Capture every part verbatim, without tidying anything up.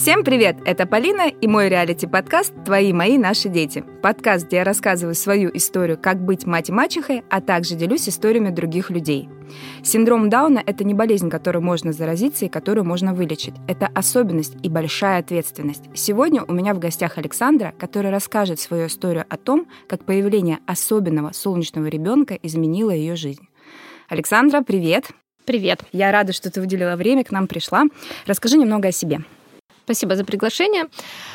Всем привет! Это Полина и мой реалити-подкаст «Твои, мои, наши дети». Подкаст, где я рассказываю свою историю, как быть мать и мачехой, а также делюсь историями других людей. Синдром Дауна – это не болезнь, которой можно заразиться и которую можно вылечить. Это особенность и большая ответственность. Сегодня у меня в гостях Александра, которая расскажет свою историю о том, как появление особенного солнечного ребенка изменило ее жизнь. Александра, привет! Привет! Я рада, что ты выделила время, к нам пришла. Расскажи немного о себе. Спасибо за приглашение.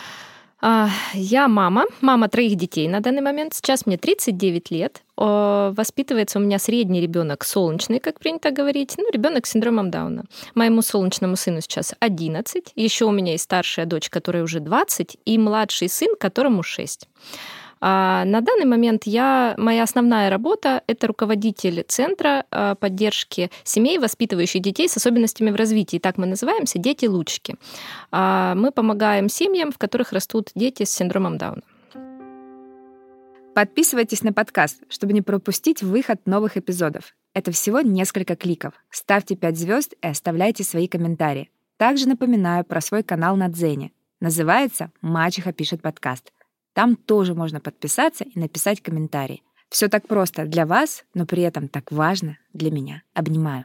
Я мама, мама троих детей на данный момент. Сейчас мне тридцать девять лет. Воспитывается у меня средний ребенок солнечный, как принято говорить, ну, ребенок с синдромом Дауна. Моему солнечному сыну сейчас одиннадцать. Еще у меня есть старшая дочь, которой уже двадцать, и младший сын, которому шесть. А на данный момент я, моя основная работа – это руководитель Центра поддержки семей, воспитывающих детей с особенностями в развитии. Так мы называемся «Дети-лучики». Мы помогаем семьям, в которых растут дети с синдромом Дауна. Подписывайтесь на подкаст, чтобы не пропустить выход новых эпизодов. Это всего несколько кликов. Ставьте пять звезд и оставляйте свои комментарии. Также напоминаю про свой канал на Дзене. Называется «Мачеха пишет подкаст». Там тоже можно подписаться и написать комментарий. Все так просто для вас, но при этом так важно для меня. Обнимаю.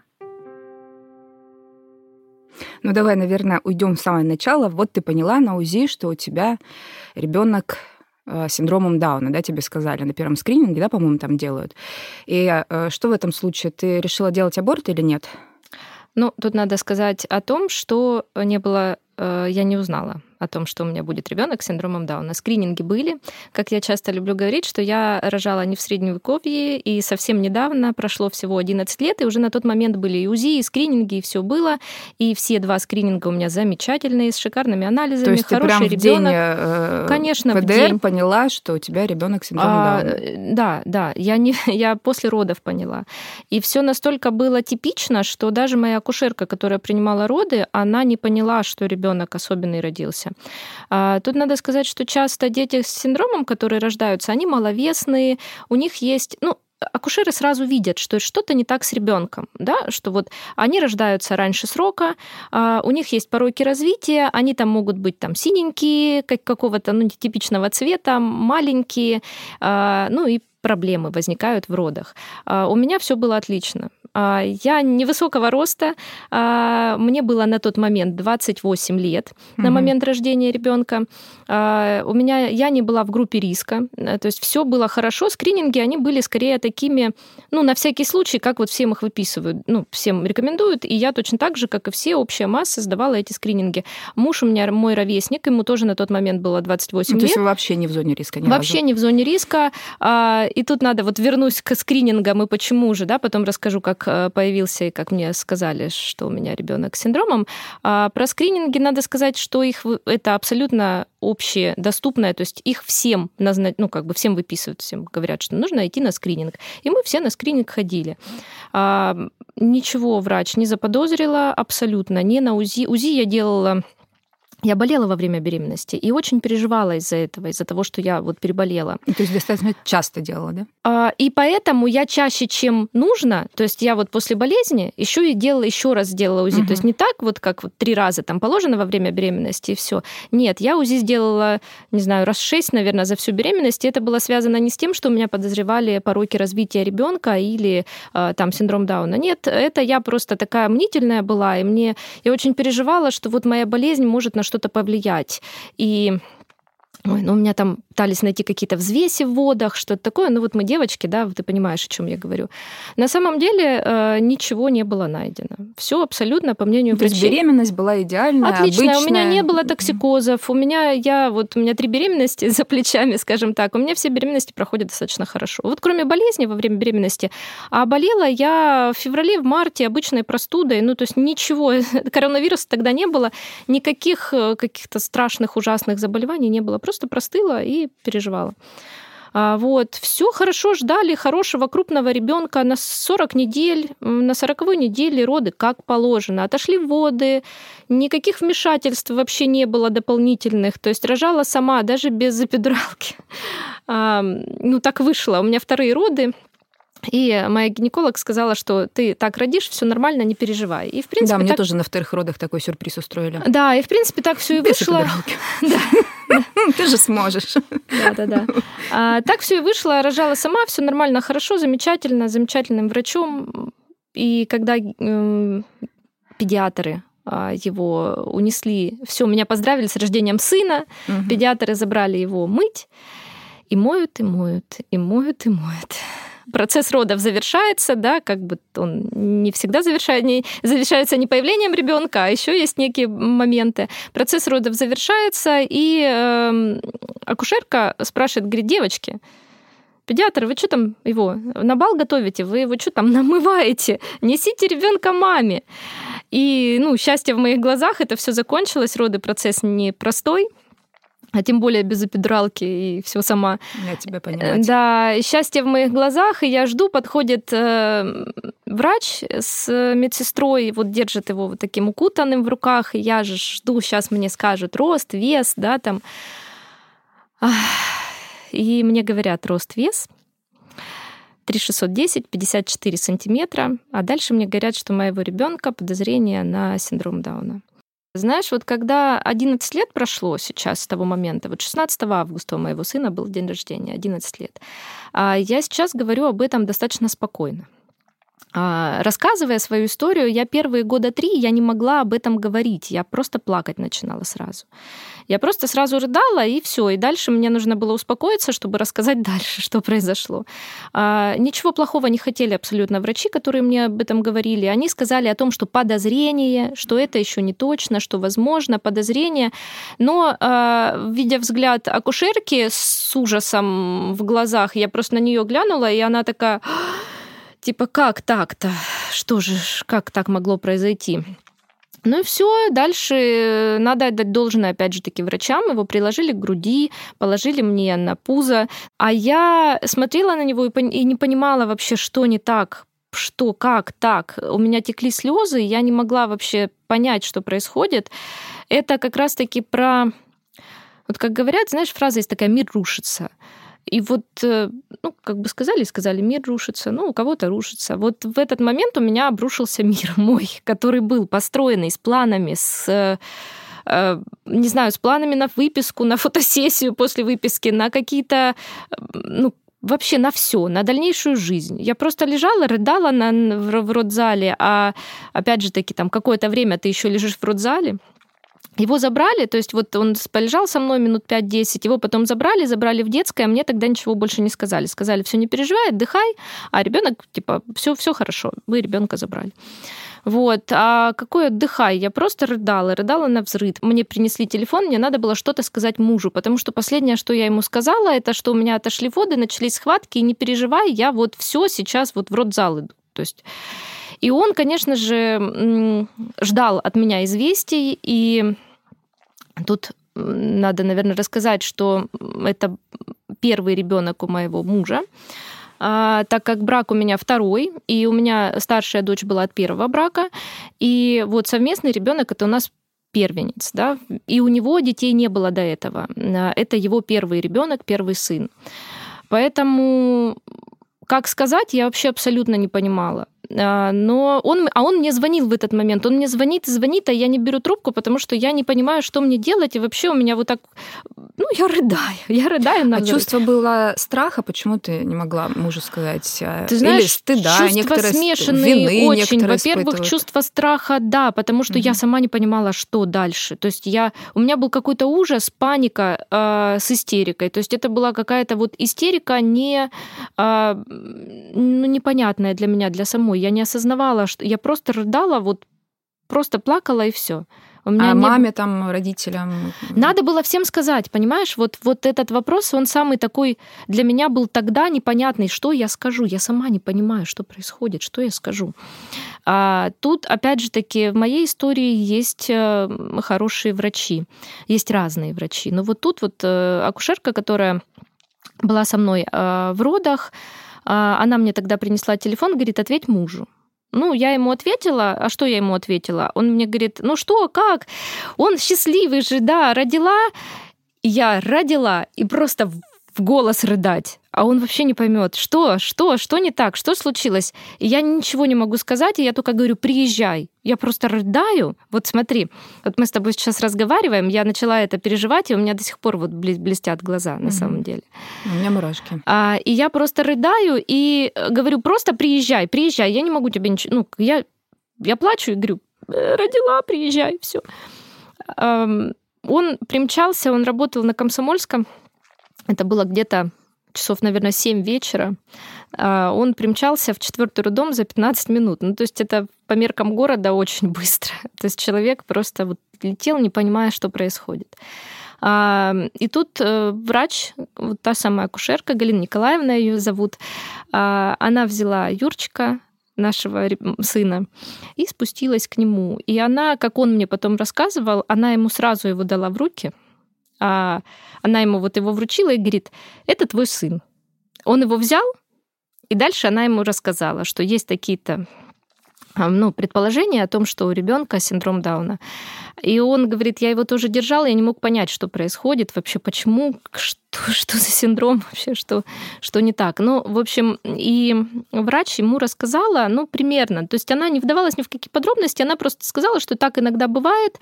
Ну давай, наверное, уйдем в самое начало. Вот ты поняла на УЗИ, что у тебя ребенок с синдромом Дауна, да, тебе сказали на первом скрининге, да, по-моему, там делают. И что в этом случае? Ты решила делать аборт или нет? Ну, тут надо сказать о том, что не было, я не узнала о том, что у меня будет ребенок с синдромом Дауна. Скрининги были. Как я часто люблю говорить, что я рожала не в Средневековье, и совсем недавно, прошло всего одиннадцать лет, и уже на тот момент были и УЗИ, и скрининги, и все было. И все два скрининга у меня замечательные, с шикарными анализами, то есть хороший ты прям ребенок. В день, э, конечно, ПДР в день поняла, что у тебя ребенок с синдромом а, Дауна. Да, да. Я, не, я после родов поняла. И все настолько было типично, что даже моя акушерка, которая принимала роды, она не поняла, что ребенок особенный родился. Тут надо сказать, что часто дети с синдромом, которые рождаются, они маловесные, у них есть, ну, акушеры сразу видят, что что-то не так с ребенком, да, что вот они рождаются раньше срока, у них есть пороки развития, они там могут быть там синенькие, как какого-то, ну, нетипичного цвета, маленькие, ну и проблемы возникают в родах. У меня все было отлично. Я невысокого роста, мне было на тот момент двадцать восемь лет, mm-hmm. на момент рождения ребенка. У меня, я не была в группе риска, то есть все было хорошо. Скрининги, они были скорее такими, ну, на всякий случай, как вот всем их выписывают, ну, всем рекомендуют, и я точно так же, как и все, общая масса, сдавала эти скрининги. Муж у меня мой ровесник, ему тоже на тот момент было двадцать восемь ну, лет. То есть вы вообще не в зоне риска ни Вообще разу. не в зоне риска. И тут надо вот вернусь к скринингам и почему же, да, потом расскажу, как появился и как мне сказали, что у меня ребенок с синдромом. Про скрининги надо сказать, что их это абсолютно общедоступное, то есть их всем, ну, как бы всем выписывают, всем говорят, что нужно идти на скрининг. И мы все на скрининг ходили. Ничего врач не заподозрила абсолютно, не на УЗИ. УЗИ я делала... Я болела во время беременности и очень переживала из-за этого, из-за того, что я вот переболела. То есть достаточно часто делала, да? И поэтому я чаще, чем нужно, то есть я вот после болезни еще и делала, еще раз сделала УЗИ. Угу. То есть не так вот, как вот три раза там положено во время беременности и все. Нет, я УЗИ сделала, не знаю, раз шесть, наверное, за всю беременность. И это было связано не с тем, что у меня подозревали пороки развития ребенка или там синдром Дауна. Нет, это я просто такая мнительная была, и мне я очень переживала, что вот моя болезнь может на что-то повлиять. И ой, ну у меня там пытались найти какие-то взвеси в водах, что-то такое. Ну вот мы девочки, да, ты понимаешь, о чем я говорю. На самом деле э, ничего не было найдено. Все абсолютно, по мнению врачей. То есть беременность была идеальная, отличная. обычная. У меня не было токсикозов. У меня, я, вот, у меня три беременности за плечами, скажем так. У меня все беременности проходят достаточно хорошо. Вот кроме болезни во время беременности. А болела я в феврале, в марте обычной простудой. Ну то есть ничего, коронавируса тогда не было. Никаких каких-то страшных, ужасных заболеваний не было. Просто простыла и переживала. Вот. Все хорошо, ждали хорошего крупного ребенка на сорок недель, на сороковой неделе роды как положено. Отошли воды, никаких вмешательств вообще не было дополнительных. То есть рожала сама, даже без эпидуралки. Ну, так вышло. У меня вторые роды. И моя гинеколог сказала, что ты так родишь, все нормально, не переживай. И, в принципе, да, мне так... тоже на вторых родах такой сюрприз устроили. Да, и, в принципе, так все и Без вышло. Ты же сможешь. Да-да-да. А, так все и вышло. Рожала сама, все нормально, хорошо, замечательно, замечательным врачом. И когда э, педиатры его унесли, все, меня поздравили с рождением сына, угу. Педиатры забрали его мыть, и моют, и моют, и моют, и моют. Процесс родов завершается, да, как бы он не всегда завершает, не, завершается не появлением ребенка, а еще есть некие моменты. Процесс родов завершается, и э, акушерка спрашивает, говорит, девочки, педиатр, вы что там его на бал готовите? Вы его что там намываете? Несите ребенка маме. И, ну, счастье в моих глазах, это все закончилось, роды процесс непростой. А тем более без эпидуралки и все сама. Я тебя понимаю. Да, счастье в моих глазах, и я жду, подходит э, врач с медсестрой, вот держит его вот таким укутанным в руках, и я же жду, сейчас мне скажут рост, вес, да, там. И мне говорят рост, вес три тысячи шестьсот десять, пятьдесят четыре сантиметра, а дальше мне говорят, что у моего ребенка подозрение на синдром Дауна. Знаешь, вот когда одиннадцать лет прошло сейчас с того момента, вот шестнадцатого августа у моего сына был день рождения, одиннадцать лет, я сейчас говорю об этом достаточно спокойно. Рассказывая свою историю, я первые года три я не могла об этом говорить, я просто плакать начинала сразу. Я просто сразу рыдала, и все. И дальше мне нужно было успокоиться, чтобы рассказать дальше, что произошло. Ничего плохого не хотели абсолютно врачи, которые мне об этом говорили. Они сказали о том, что подозрение, что это еще не точно, что возможно подозрение. Но, видя взгляд акушерки с ужасом в глазах, я просто на нее глянула, и она такая... Типа, как так-то? Что же, как так могло произойти? Ну и все, дальше надо отдать должное, опять же таки, врачам. Его приложили к груди, положили мне на пузо. А я смотрела на него и не понимала вообще, что не так, что, как так. У меня текли слезы, я не могла вообще понять, что происходит. Это как раз-таки про... Вот как говорят, знаешь, фраза есть такая «мир рушится». И вот, ну, как бы сказали, сказали, мир рушится, ну, у кого-то рушится. Вот в этот момент у меня обрушился мир мой, который был построенный с планами, с, не знаю, с планами на выписку, на фотосессию после выписки, на какие-то, ну, вообще на все, на дальнейшую жизнь. Я просто лежала, рыдала на, в, в родзале, а опять же таки, там какое-то время ты еще лежишь в родзале. Его забрали, то есть вот он полежал со мной минут пять-десять, его потом забрали, забрали в детское, а мне тогда ничего больше не сказали. Сказали, все, не переживай, отдыхай, а ребенок типа, все, все хорошо, вы ребенка забрали. Вот. А какой отдыхай? Я просто рыдала, рыдала на взрыв. Мне принесли телефон, мне надо было что-то сказать мужу, потому что последнее, что я ему сказала, это что у меня отошли воды, начались схватки, и не переживай, я вот все сейчас вот в родзал иду. То есть... И он, конечно же, ждал от меня известий, и тут надо, наверное, рассказать, что это первый ребенок у моего мужа, так как брак у меня второй, и у меня старшая дочь была от первого брака, и вот совместный ребенок это у нас первенец, да, и у него детей не было до этого. Это его первый ребенок, первый сын. Поэтому, как сказать, я вообще абсолютно не понимала. Но он, а он мне звонил в этот момент. Он мне звонит и звонит, а я не беру трубку, потому что я не понимаю, что мне делать. И вообще у меня вот так... Ну, я рыдаю. Я рыдаю на А взрыв. чувство было страха? Почему ты не могла мужу сказать? Ты знаешь, или стыда, чувства некоторые смешанные вины, очень. Во-первых, испытывают. Чувство страха, да, потому что mm-hmm. я сама не понимала, что дальше. То есть я... у меня был какой-то ужас, паника э, с истерикой. То есть это была какая-то вот истерика не, э, ну, непонятная для меня, для самой. Я не осознавала, что я просто рыдала, вот просто плакала и все. У меня а не... маме, там, родителям? Надо было всем сказать, понимаешь? Вот, вот этот вопрос, он самый такой для меня был тогда непонятный. Что я скажу? Я сама не понимаю, что происходит, что я скажу. А тут, опять же таки, в моей истории есть хорошие врачи, есть разные врачи. Но вот тут вот акушерка, которая была со мной в родах, она мне тогда принесла телефон, говорит, ответь мужу. Ну, я ему ответила, а что я ему ответила? Он мне говорит, ну что, как? Он счастливый же, да, родила. И я родила, и просто в голос рыдать, а он вообще не поймет, что, что, что не так, что случилось. И я ничего не могу сказать, и я только говорю, приезжай. Я просто рыдаю. Вот смотри, вот мы с тобой сейчас разговариваем, я начала это переживать, и у меня до сих пор вот блестят глаза, на mm-hmm. самом деле. У меня мурашки. А, и я просто рыдаю и говорю, просто приезжай, приезжай, я не могу тебе ничего... Ну, я, я плачу и говорю, родила, приезжай, все. Он примчался, он работал на Комсомольском, это было где-то часов, наверное, семь вечера. Он примчался в четвертый роддом за пятнадцать минут. Ну, то есть это по меркам города очень быстро. То есть человек просто вот летел, не понимая, что происходит. И тут врач, вот та самая акушерка, Галина Николаевна ее зовут, она взяла Юрчика, нашего сына, и спустилась к нему. И она, как он мне потом рассказывал, она ему сразу его дала в руки, а она ему вот его вручила и говорит, это твой сын. Он его взял, и дальше она ему рассказала, что есть такие-то ну, предположения о том, что у ребенка синдром Дауна. И он говорит, я его тоже держала, я не мог понять, что происходит, вообще почему, что, что за синдром, вообще, что, что не так. Ну, в общем, и врач ему рассказала, ну, примерно. То есть она не вдавалась ни в какие подробности, она просто сказала, что так иногда бывает,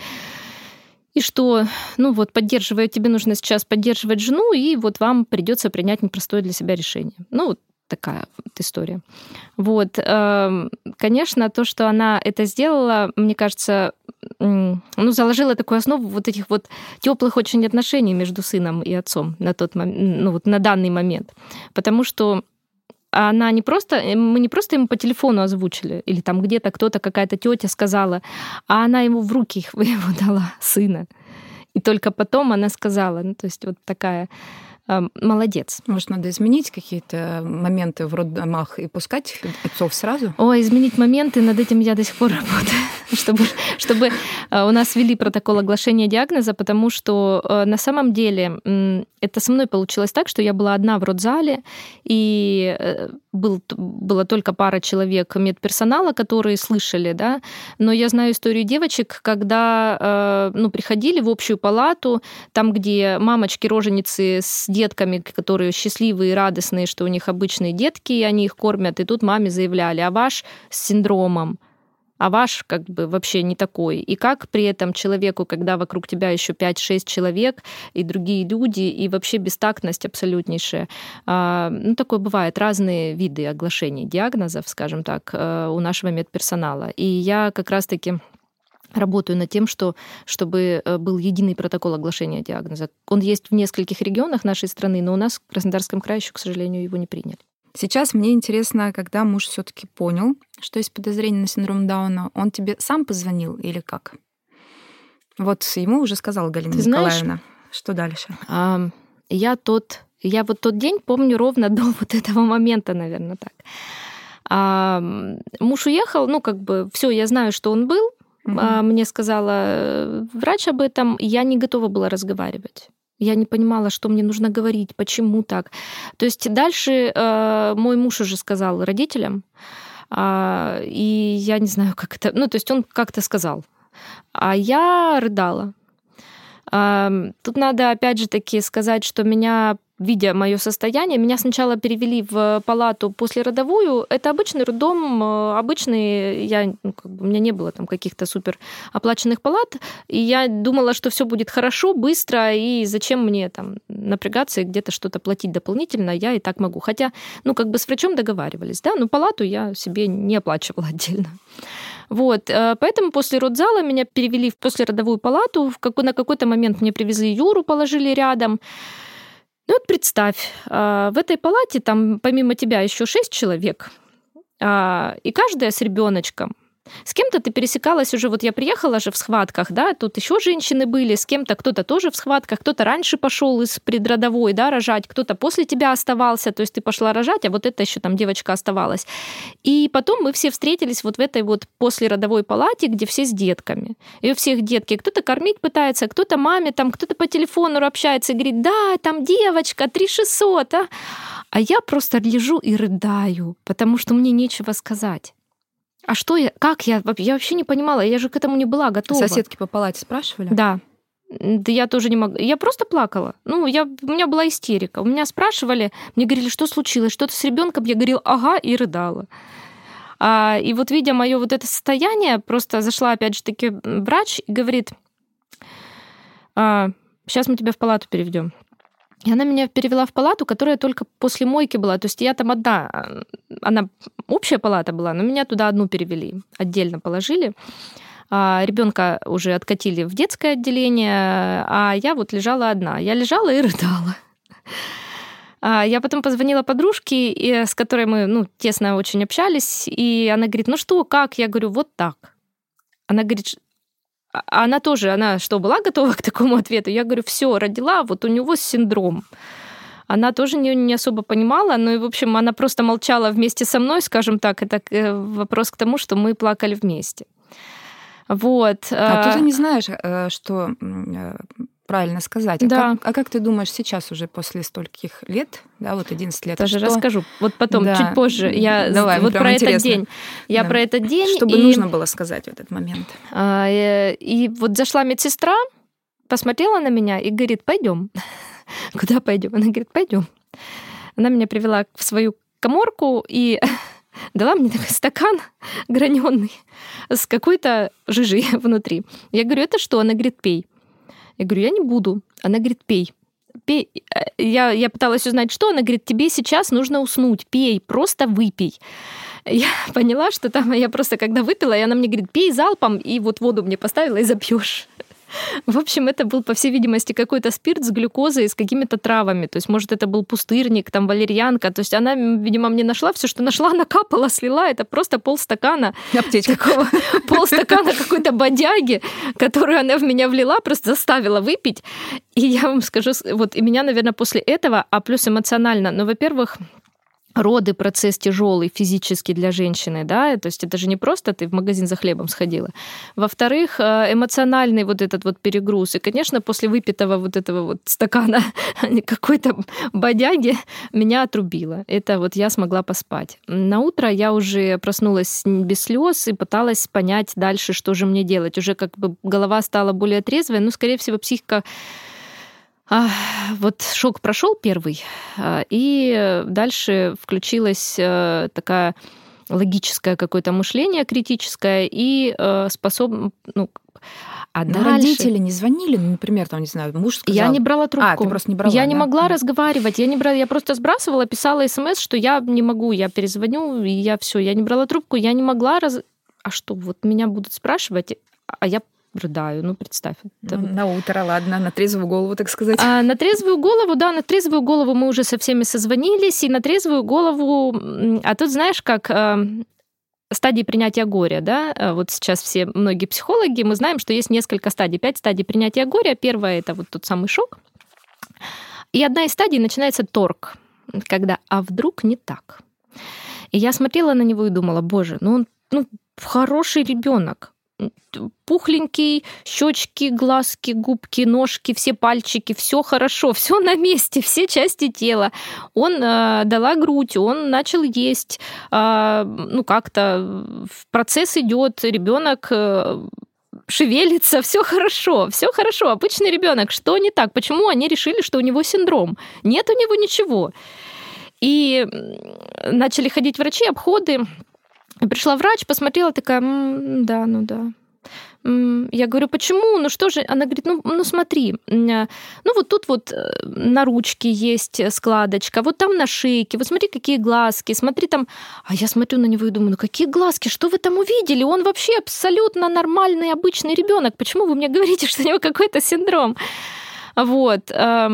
и что, ну вот, поддерживая, тебе нужно сейчас поддерживать жену, и вот вам придется принять непростое для себя решение. Ну, вот такая вот история. Вот. Конечно, то, что она это сделала, мне кажется, ну, заложила такую основу вот этих вот теплых очень отношений между сыном и отцом на тот момент, ну, вот на данный момент. Потому что она не просто, мы не просто ему по телефону озвучили, или там где-то кто-то, какая-то тетя сказала, а она ему в руки его дала, сына. И только потом она сказала, ну, то есть вот такая э, молодец. Может, надо изменить какие-то моменты в роддомах и пускать отцов сразу? Ой, изменить моменты, над этим я до сих пор работаю, чтобы, чтобы у нас ввели протокол оглашения диагноза, потому что на самом деле это со мной получилось так, что я была одна в родзале, и был, была только пара человек медперсонала, которые слышали, да, но я знаю историю девочек, когда ну, приходили в общую палату, там, где мамочки-роженицы с детками, которые счастливые и радостные, что у них обычные детки, и они их кормят, и тут маме заявляли, а ваш с синдромом, а ваш как бы вообще не такой. И как при этом человеку, когда вокруг тебя еще пять-шесть человек, и другие люди, и вообще бестактность абсолютнейшая. Ну, такое бывает, разные виды оглашений диагнозов, скажем так, у нашего медперсонала. И я как раз-таки работаю над тем, что, чтобы был единый протокол оглашения диагноза. Он есть в нескольких регионах нашей страны, но у нас в Краснодарском крае еще, к сожалению, его не приняли. Сейчас мне интересно, когда муж все-таки понял, что есть подозрение на синдром Дауна, он тебе сам позвонил или как? Вот ему уже сказала Галина Ты Николаевна. Знаешь, что дальше? А, я тот, я вот тот день помню ровно до вот этого момента, наверное, так. А, муж уехал, ну как бы все, я знаю, что он был. Угу. А, мне сказала врач об этом, я не готова была разговаривать. Я не понимала, что мне нужно говорить, почему так. То есть дальше э, мой муж уже сказал родителям, э, и я не знаю, как это... Ну, то есть он как-то сказал. А я рыдала. Э, тут надо, опять же таки, сказать, что меня, видя мое состояние, меня сначала перевели в палату послеродовую. Это обычный роддом, обычный... Я, ну, как бы, у меня не было там каких-то супер оплаченных палат, и я думала, что все будет хорошо, быстро, и зачем мне там напрягаться и где-то что-то платить дополнительно, я и так могу. Хотя, ну, как бы с врачом договаривались, да, но палату я себе не оплачивала отдельно. Вот, поэтому после родзала меня перевели в послеродовую палату, в какой, на какой-то момент мне привезли Юру, положили рядом. Ну вот представь, в этой палате там помимо тебя еще шесть человек, и каждая с ребеночком. С кем-то ты пересекалась уже, вот я приехала же в схватках, да, тут еще женщины были, с кем-то кто-то тоже в схватках, кто-то раньше пошел из предродовой, да, рожать, кто-то после тебя оставался, то есть ты пошла рожать, а вот эта еще там девочка оставалась. И потом мы все встретились вот в этой вот послеродовой палате, где все с детками. И у всех детки, кто-то кормить пытается, кто-то маме, там, кто-то по телефону общается и говорит, да, там девочка, три тысячи шестьсот, а? А я просто лежу и рыдаю, потому что мне нечего сказать. А что я, как я, я вообще не понимала, я же к этому не была готова. Соседки по палате спрашивали? Да, Да я тоже не могла. Я просто плакала. Ну, я, у меня была истерика. У меня спрашивали, мне говорили, что случилось, что-то с ребенком. Я говорила, ага, и рыдала. А, и вот, видя мое вот это состояние, просто зашла, опять же таки, врач и говорит, а, сейчас мы тебя в палату переведем. И она меня перевела в палату, которая только после мойки была. То есть я там одна, она общая палата была, но меня туда одну перевели, отдельно положили. А ребенка уже откатили в детское отделение, а я вот лежала одна. Я лежала и рыдала. А я потом позвонила подружке, с которой мы ну, тесно очень общались, и она говорит, ну что, как? Я говорю, вот так. Она говорит, а она тоже, она что, была готова к такому ответу? Я говорю, все, родила, вот у него синдром. Она тоже не, не особо понимала, но, и, в общем, она просто молчала вместе со мной, скажем так. Это вопрос к тому, что мы плакали вместе. Вот. А ты же не знаешь, что правильно сказать. Да. А, как, а как ты думаешь сейчас уже после стольких лет, да, вот одиннадцать лет? Тоже что... расскажу. Вот потом, да. чуть позже. Я Давай, вот про интересно. этот день. Я да. про этот день. Что бы и... нужно было сказать в этот момент? А, и, и вот зашла медсестра, посмотрела на меня и говорит, пойдем. Куда пойдем? Она говорит, пойдем. Она меня привела в свою каморку и дала мне такой стакан граненый с какой-то жижей внутри. Я говорю, это что? Она говорит, пей. Я говорю, я не буду. Она говорит, пей. Пей. Я, я пыталась узнать, что. Она говорит, тебе сейчас нужно уснуть. Пей, просто выпей. Я поняла, что там я просто когда выпила, и она мне говорит, пей залпом, и вот воду мне поставила, и запьешь. В общем, это был, по всей видимости, какой-то спирт с глюкозой, с какими-то травами. То есть, может, это был пустырник, там, валерьянка. То есть она, видимо, мне нашла все, что нашла, накапала, слила. Это просто полстакана. Аптечка. Такого, полстакана какой-то бодяги, которую она в меня влила, просто заставила выпить. И я вам скажу, вот и меня, наверное, после этого, а плюс эмоционально, ну, во-первых, роды процесс тяжелый физически для женщины, да, то есть это же не просто ты в магазин за хлебом сходила. Во-вторых, эмоциональный вот этот вот перегруз. И, конечно, после выпитого вот этого вот стакана какой-то бодяги меня отрубило. Это вот я смогла поспать. На утро я уже проснулась без слез и пыталась понять дальше, что же мне делать. Уже как бы голова стала более трезвой, но, скорее всего, психика. А, вот шок прошел первый, и дальше включилась такая логическое какое-то мышление критическое и способ... Ну, а Но дальше... родители не звонили, ну, например, там, не знаю, муж сказал... Я не брала трубку. А, ты просто не брала, Я да? не могла разговаривать, я не брала, я просто сбрасывала, писала смс, что я не могу, я перезвоню, и я все, я не брала трубку, я не могла... Раз... А что, вот меня будут спрашивать, а я... рыдаю, ну, представь. Это... Ну, на утро, ладно, на трезвую голову, так сказать. А, на трезвую голову, да, на трезвую голову мы уже со всеми созвонились, и на трезвую голову... А тут, знаешь, как стадии принятия горя, да, вот сейчас все, многие психологи, мы знаем, что есть несколько стадий, пять стадий принятия горя. Первая — это вот тот самый шок. И одна из стадий начинается торг, когда «а вдруг не так?». И я смотрела на него и думала, боже, ну он ну, хороший ребенок. Пухленький, щечки, глазки, губки, ножки, все пальчики, все хорошо, все на месте, все части тела. Он э, дала грудь, он начал есть, э, ну как-то процесс идет, ребенок э, шевелится, все хорошо, все хорошо. Обычный ребенок, что не так? Почему они решили, что у него синдром? Нет у него ничего. И начали ходить врачи, обходы. Пришла врач, посмотрела, такая, м-м, да, ну да. Я говорю, почему? Ну что же? Она говорит, ну, ну смотри, ну вот тут вот на ручке есть складочка, вот там на шейке, вот смотри, какие глазки, смотри там. А я смотрю на него и думаю, ну какие глазки, что вы там увидели? Он вообще абсолютно нормальный, обычный ребенок. Почему вы мне говорите, что у него какой-то синдром? Вот.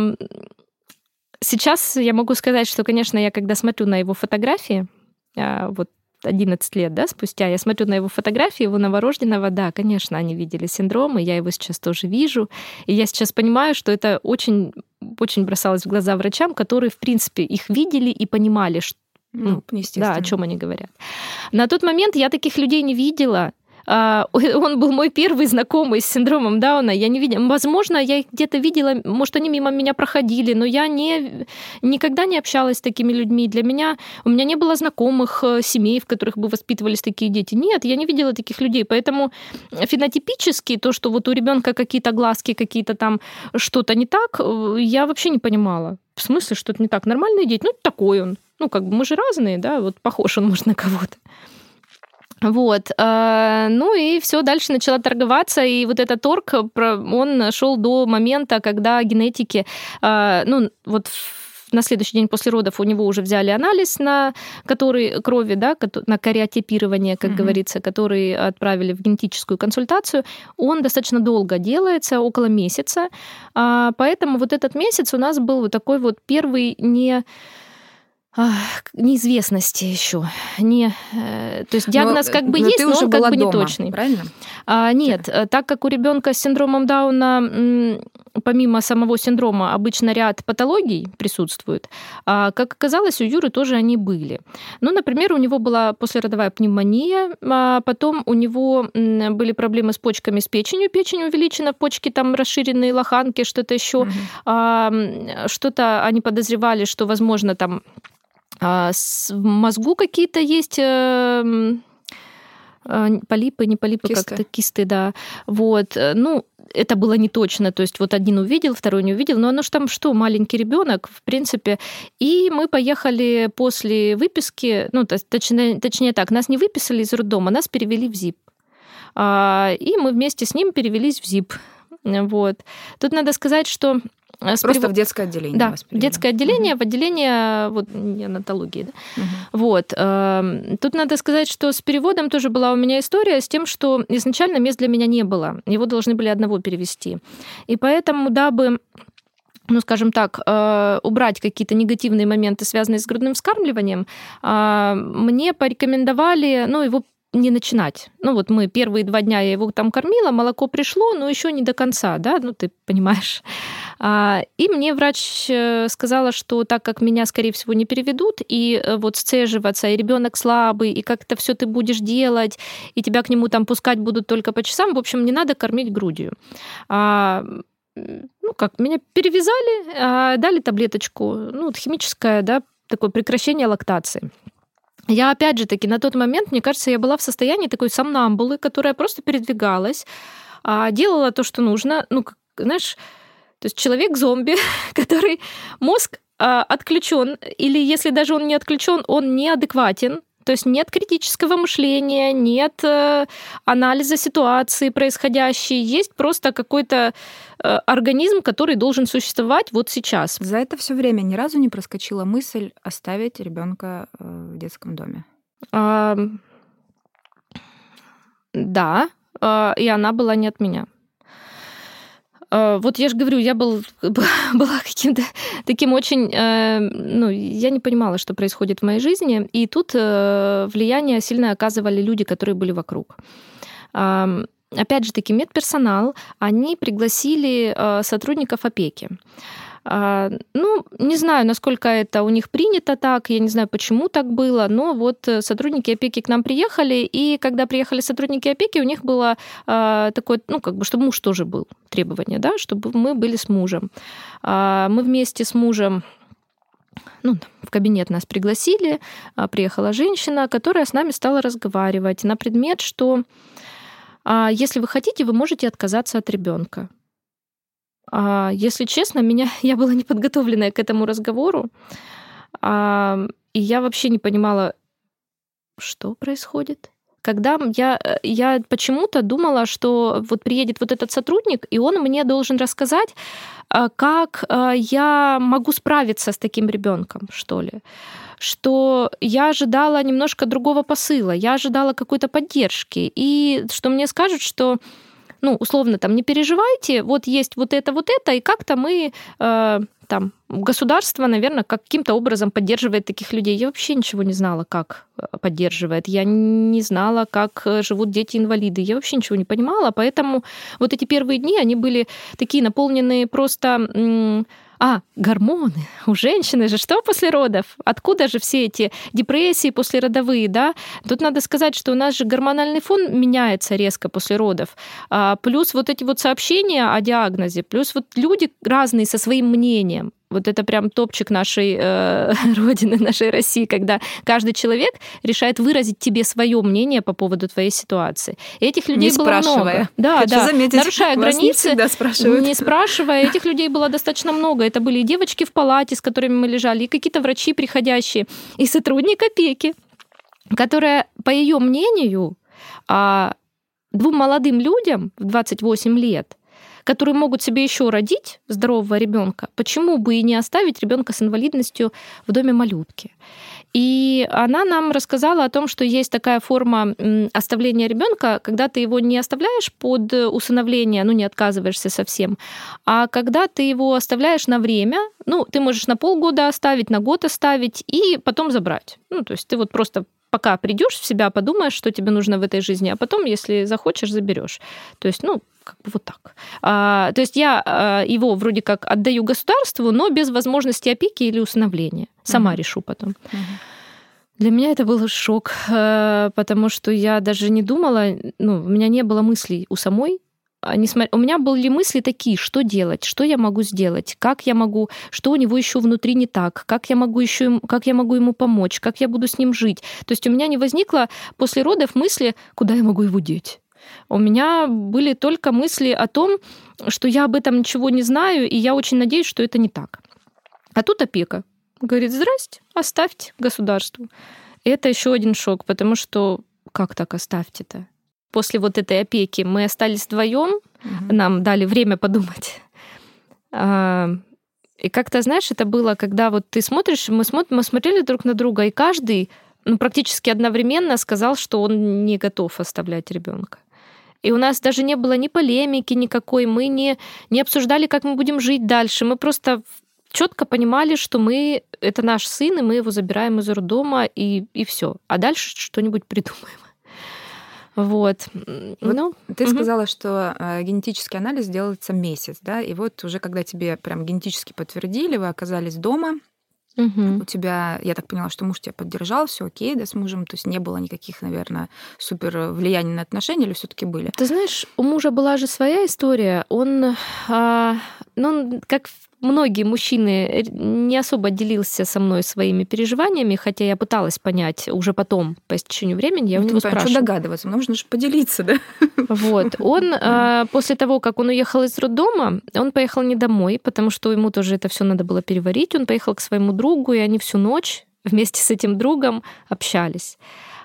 Сейчас я могу сказать, что, конечно, я когда смотрю на его фотографии, вот одиннадцать лет, да, спустя, я смотрю на его фотографии, его новорожденного, да, конечно, они видели синдром, и я его сейчас тоже вижу. И я сейчас понимаю, что это очень, очень бросалось в глаза врачам, которые, в принципе, их видели и понимали, что, ну, да, о чем они говорят. На тот момент я таких людей не видела. Он был мой первый знакомый с синдромом Дауна. Я не видела. Возможно, я их где-то видела, может, они мимо меня проходили, но я не, никогда не общалась с такими людьми. Для меня, у меня не было знакомых семей, в которых бы воспитывались такие дети. Нет, я не видела таких людей. Поэтому фенотипически то, что вот у ребенка какие-то глазки, какие-то там что-то не так, я вообще не понимала. В смысле, что-то не так? Нормальные дети? Ну, такой он. Ну, как бы мы же разные, да, вот похож он, может, на кого-то. Вот. Ну и все, дальше начала торговаться, и вот этот торг, он шел до момента, когда генетики, ну, вот на следующий день после родов у него уже взяли анализ на который, крови, да, на кариотипирование, как mm-hmm. говорится, который отправили в генетическую консультацию. Он достаточно долго делается, около месяца. Поэтому вот этот месяц у нас был вот такой вот первый не... неизвестности еще. Не, то есть диагноз но, как бы но есть, но он как бы дома, не точный. Правильно? А, нет, да. Так как у ребенка с синдромом Дауна, помимо самого синдрома, обычно ряд патологий присутствует, а, как оказалось, у Юры тоже они были. Ну, например, у него была послеродовая пневмония, а потом у него были проблемы с почками, с печенью. Печень увеличена, почки там расширенные, лоханки, что-то еще. Угу. А, что-то они подозревали, что, возможно, там в мозгу какие-то есть полипы, не полипы, кисты. Как-то кисты, да. Вот. Ну, это было не точно. То есть вот один увидел, второй не увидел. Но оно ж там что, маленький ребенок, в принципе. И мы поехали после выписки, ну, точнее, точнее так, нас не выписали из роддома, нас перевели в ЗИП. И мы вместе с ним перевелись в ЗИП. Вот. Тут надо сказать, что Просто перев... в детское отделение. Да, в детское отделение, uh-huh. в отделение вот, неонатологии. Да? Uh-huh. Вот. Тут надо сказать, что с переводом тоже была у меня история с тем, что изначально мест для меня не было. Его должны были одного перевести. И поэтому, дабы, ну, скажем так, убрать какие-то негативные моменты, связанные с грудным вскармливанием, мне порекомендовали, ну, его не начинать. Ну вот мы первые два дня я его там кормила, молоко пришло, но еще не до конца, да, ну ты понимаешь. И мне врач сказала, что так как меня, скорее всего, не переведут, и вот сцеживаться, и ребенок слабый, и как это все ты будешь делать, и тебя к нему там пускать будут только по часам, в общем, не надо кормить грудью. Ну как, меня перевязали, дали таблеточку, ну вот химическое, да, такое прекращение лактации. Я, опять же таки, на тот момент, мне кажется, я была в состоянии такой сомнамбулы, которая просто передвигалась, делала то, что нужно. Ну, знаешь, то есть человек-зомби, который мозг отключен, или если даже он не отключен, он неадекватен. То есть нет критического мышления, нет анализа ситуации происходящей, есть просто какой-то организм, который должен существовать вот сейчас. За это все время ни разу не проскочила мысль оставить ребенка в детском доме? А, да, и она была не от меня. Вот я же говорю, я был, была каким-то таким очень... Ну, я не понимала, что происходит в моей жизни, и тут влияние сильно оказывали люди, которые были вокруг. Опять же таки, медперсонал, они пригласили сотрудников опеки. Ну, не знаю, насколько это у них принято так, я не знаю, почему так было, но вот сотрудники опеки к нам приехали, и когда приехали сотрудники опеки, у них было такое, ну, как бы, чтобы муж тоже был, требование, да, чтобы мы были с мужем. Мы вместе с мужем, ну, в кабинет нас пригласили, приехала женщина, которая с нами стала разговаривать на предмет, что если вы хотите, вы можете отказаться от ребенка. Если честно, меня, я была неподготовленная к этому разговору, и я вообще не понимала, что происходит. Когда я, я почему-то думала, что вот приедет вот этот сотрудник, и он мне должен рассказать, как я могу справиться с таким ребенком, что ли. Что я ожидала немножко другого посыла, я ожидала какой-то поддержки, и что мне скажут, что ну, условно, там, не переживайте, вот есть вот это, вот это, и как-то мы, э, там, государство, наверное, каким-то образом поддерживает таких людей. Я вообще ничего не знала, как поддерживает. Я не знала, как живут дети-инвалиды. Я вообще ничего не понимала, поэтому вот эти первые дни, они были такие наполненные просто м- А, гормоны. У женщины же что после родов? Откуда же все эти депрессии послеродовые, да? Тут надо сказать, что у нас же гормональный фон меняется резко после родов. А, плюс вот эти вот сообщения о диагнозе, плюс вот люди разные со своим мнением. Вот это прям топчик нашей э, Родины, нашей России, когда каждый человек решает выразить тебе свое мнение по поводу твоей ситуации. И этих людей не было спрашивая. много. Да, Хочу да. заметить, нарушая вас границы, не, спрашивают. не спрашивая. Этих людей было достаточно много. Это были и девочки в палате, с которыми мы лежали, и какие-то врачи приходящие, и сотрудник опеки, которая, по ее мнению, двум молодым людям в двадцать восемь лет, которые могут себе еще родить здорового ребенка, почему бы и не оставить ребенка с инвалидностью в доме малютки? И она нам рассказала о том, что есть такая форма оставления ребенка, когда ты его не оставляешь под усыновление, ну не отказываешься совсем, а когда ты его оставляешь на время, ну ты можешь на полгода оставить, на год оставить и потом забрать. Ну то есть ты вот просто пока придешь в себя, подумаешь, что тебе нужно в этой жизни, а потом, если захочешь, заберешь. То есть, ну, как бы вот так. А, то есть я а, его вроде как отдаю государству, но без возможности опеки или усыновления. Сама uh-huh. решу потом. Uh-huh. Для меня это был шок, потому что я даже не думала, ну, у меня не было мыслей у самой. У меня были мысли такие, что делать, что я могу сделать, как я могу, что у него еще внутри не так, как я могу еще, как я могу ему помочь, как я буду с ним жить. То есть у меня не возникло после родов мысли, куда я могу его деть. У меня были только мысли о том, что я об этом ничего не знаю, и я очень надеюсь, что это не так. А тут опека говорит: здрасте, оставьте государству. И это еще один шок, потому что как так оставьте-то? После вот этой опеки мы остались вдвоем, угу. нам дали время подумать. И как-то, знаешь, это было, когда вот ты смотришь, мы, смотрим, мы смотрели друг на друга, и каждый ну, практически одновременно сказал, что он не готов оставлять ребенка. И у нас даже не было ни полемики никакой, мы не, не обсуждали, как мы будем жить дальше. Мы просто четко понимали, что мы это наш сын, и мы его забираем из роддома, и, и все. А дальше что-нибудь придумаем. Вот. вот ну, ты угу. сказала, что э, генетический анализ делается месяц, да, и вот уже когда тебе прям генетически подтвердили, вы оказались дома, угу. у тебя, я так поняла, что муж тебя поддержал, все окей, да, с мужем, то есть не было никаких, наверное, супер влияний на отношения, или все-таки были? Ты знаешь, у мужа была же своя история, он, а, ну, он как многие мужчины, не особо делился со мной своими переживаниями, хотя я пыталась понять уже потом, по истечению времени, я ну, у него спрашивала. Что догадываться? Нужно же поделиться, да? Вот. Он после того, как он уехал из роддома, он поехал не домой, потому что ему тоже это все надо было переварить. Он поехал к своему другу, и они всю ночь вместе с этим другом общались.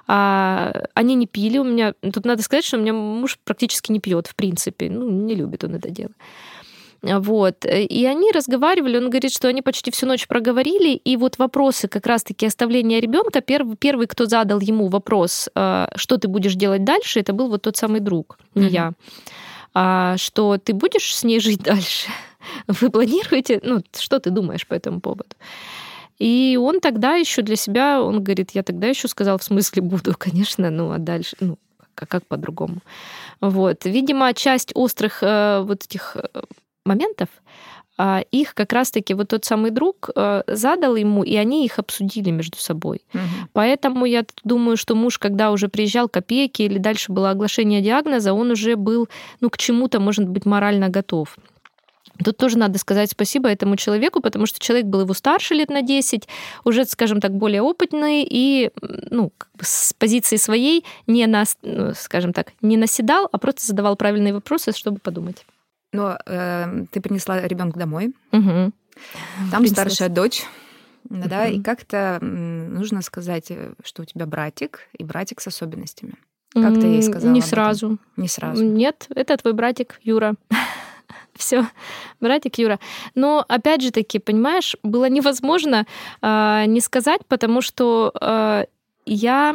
Они не пили. У меня тут надо сказать, что у меня муж практически не пьет, в принципе. Ну, не любит он это дело. Вот. И они разговаривали, он говорит, что они почти всю ночь проговорили, и вот вопросы как раз-таки оставления ребенка, первый, первый, кто задал ему вопрос, что ты будешь делать дальше, это был вот тот самый друг, не mm-hmm. я. Что ты будешь с ней жить дальше? Вы планируете? Ну, что ты думаешь по этому поводу? И он тогда еще для себя, он говорит, я тогда еще сказал, в смысле буду, конечно, ну, а дальше, ну, как, как по-другому. Вот. Видимо, часть острых вот этих моментов, их как раз-таки вот тот самый друг задал ему, и они их обсудили между собой. Угу. Поэтому я думаю, что муж, когда уже приезжал к опеке или дальше было оглашение диагноза, он уже был, ну, к чему-то, может быть, морально готов. Тут тоже надо сказать спасибо этому человеку, потому что человек был его старше лет на десять, уже, скажем так, более опытный и, ну, как бы с позиции своей не, на, ну, скажем так, не наседал, а просто задавал правильные вопросы, чтобы подумать. Но э, ты принесла ребенка домой, угу. там Принеслась. Старшая дочь, угу. да, и как-то нужно сказать, что у тебя братик, и братик с особенностями. Как ты ей сказала? Не сразу. Не сразу. Нет, это твой братик Юра. Все, братик Юра. Но опять же таки, понимаешь, было невозможно э, не сказать, потому что э, я...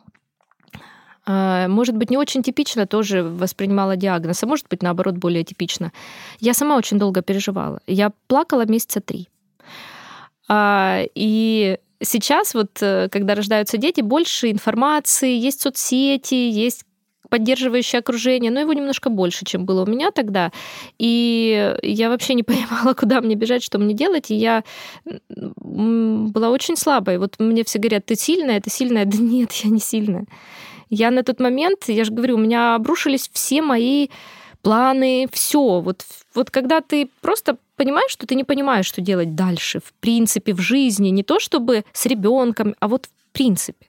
может быть, не очень типично тоже воспринимала диагноз, а может быть, наоборот, более типично. Я сама очень долго переживала. Я плакала месяца три. И сейчас, вот, когда рождаются дети, больше информации, есть соцсети, есть поддерживающее окружение, но его немножко больше, чем было у меня тогда. И я вообще не понимала, куда мне бежать, что мне делать. И я была очень слабой. Вот мне все говорят, ты сильная, ты сильная. Да нет, я не сильная. Я на тот момент, я же говорю, у меня обрушились все мои планы, все. Вот, вот когда ты просто понимаешь, что ты не понимаешь, что делать дальше, в принципе, в жизни, не то чтобы с ребенком, а вот в принципе.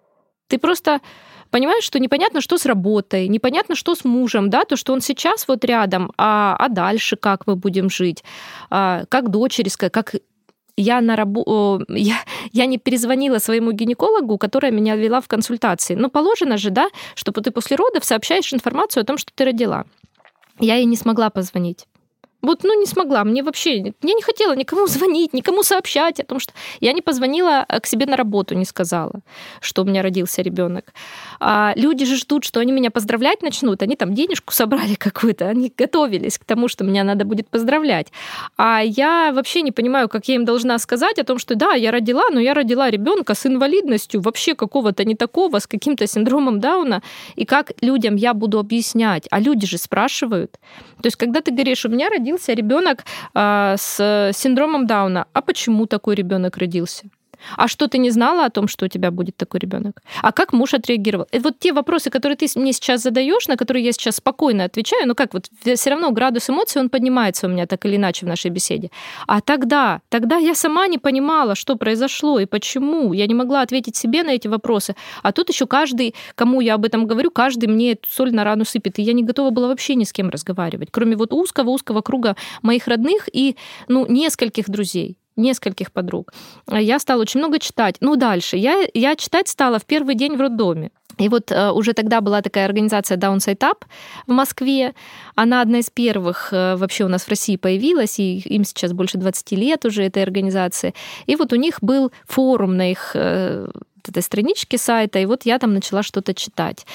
Ты просто понимаешь, что непонятно, что с работой, непонятно, что с мужем, да, то, что он сейчас вот рядом, а, а дальше как мы будем жить, а, как дочери, как... Я, на рабо... я, я не перезвонила своему гинекологу, которая меня вела в консультации. Но положено же, да, чтобы ты после родов сообщаешь информацию о том, что ты родила. Я ей не смогла позвонить. Вот, ну, не смогла. Мне вообще... Я не хотела никому звонить, никому сообщать о том, что... Я не позвонила к себе на работу, не сказала, что у меня родился ребенок. А люди же ждут, что они меня поздравлять начнут. Они там денежку собрали какую-то, они готовились к тому, что меня надо будет поздравлять. А я вообще не понимаю, как я им должна сказать о том, что да, я родила, но я родила ребенка с инвалидностью, вообще какого-то не такого, с каким-то синдромом Дауна. И как людям я буду объяснять? А люди же спрашивают. То есть, когда ты говоришь, у меня родился ребенок а, с синдромом Дауна, а почему такой ребенок родился? А что, ты не знала о том, что у тебя будет такой ребенок? А как муж отреагировал? И вот те вопросы, которые ты мне сейчас задаешь, на которые я сейчас спокойно отвечаю, ну как вот все равно градус эмоций, он поднимается у меня так или иначе в нашей беседе. А тогда, тогда я сама не понимала, что произошло и почему. Я не могла ответить себе на эти вопросы. А тут еще каждый, кому я об этом говорю, каждый мне эту соль на рану сыпет. И я не готова была вообще ни с кем разговаривать, кроме вот узкого-узкого круга моих родных и, ну, нескольких друзей. Нескольких подруг. Я стала очень много читать. Ну, дальше. Я, я читать стала в первый день в роддоме. И вот э, уже тогда была такая организация Downside Up в Москве. Она одна из первых э, вообще у нас в России появилась, и им сейчас больше двадцать лет уже, этой организации. И вот у них был форум на их... Э, этой страничке сайта, и вот я там начала что-то читать.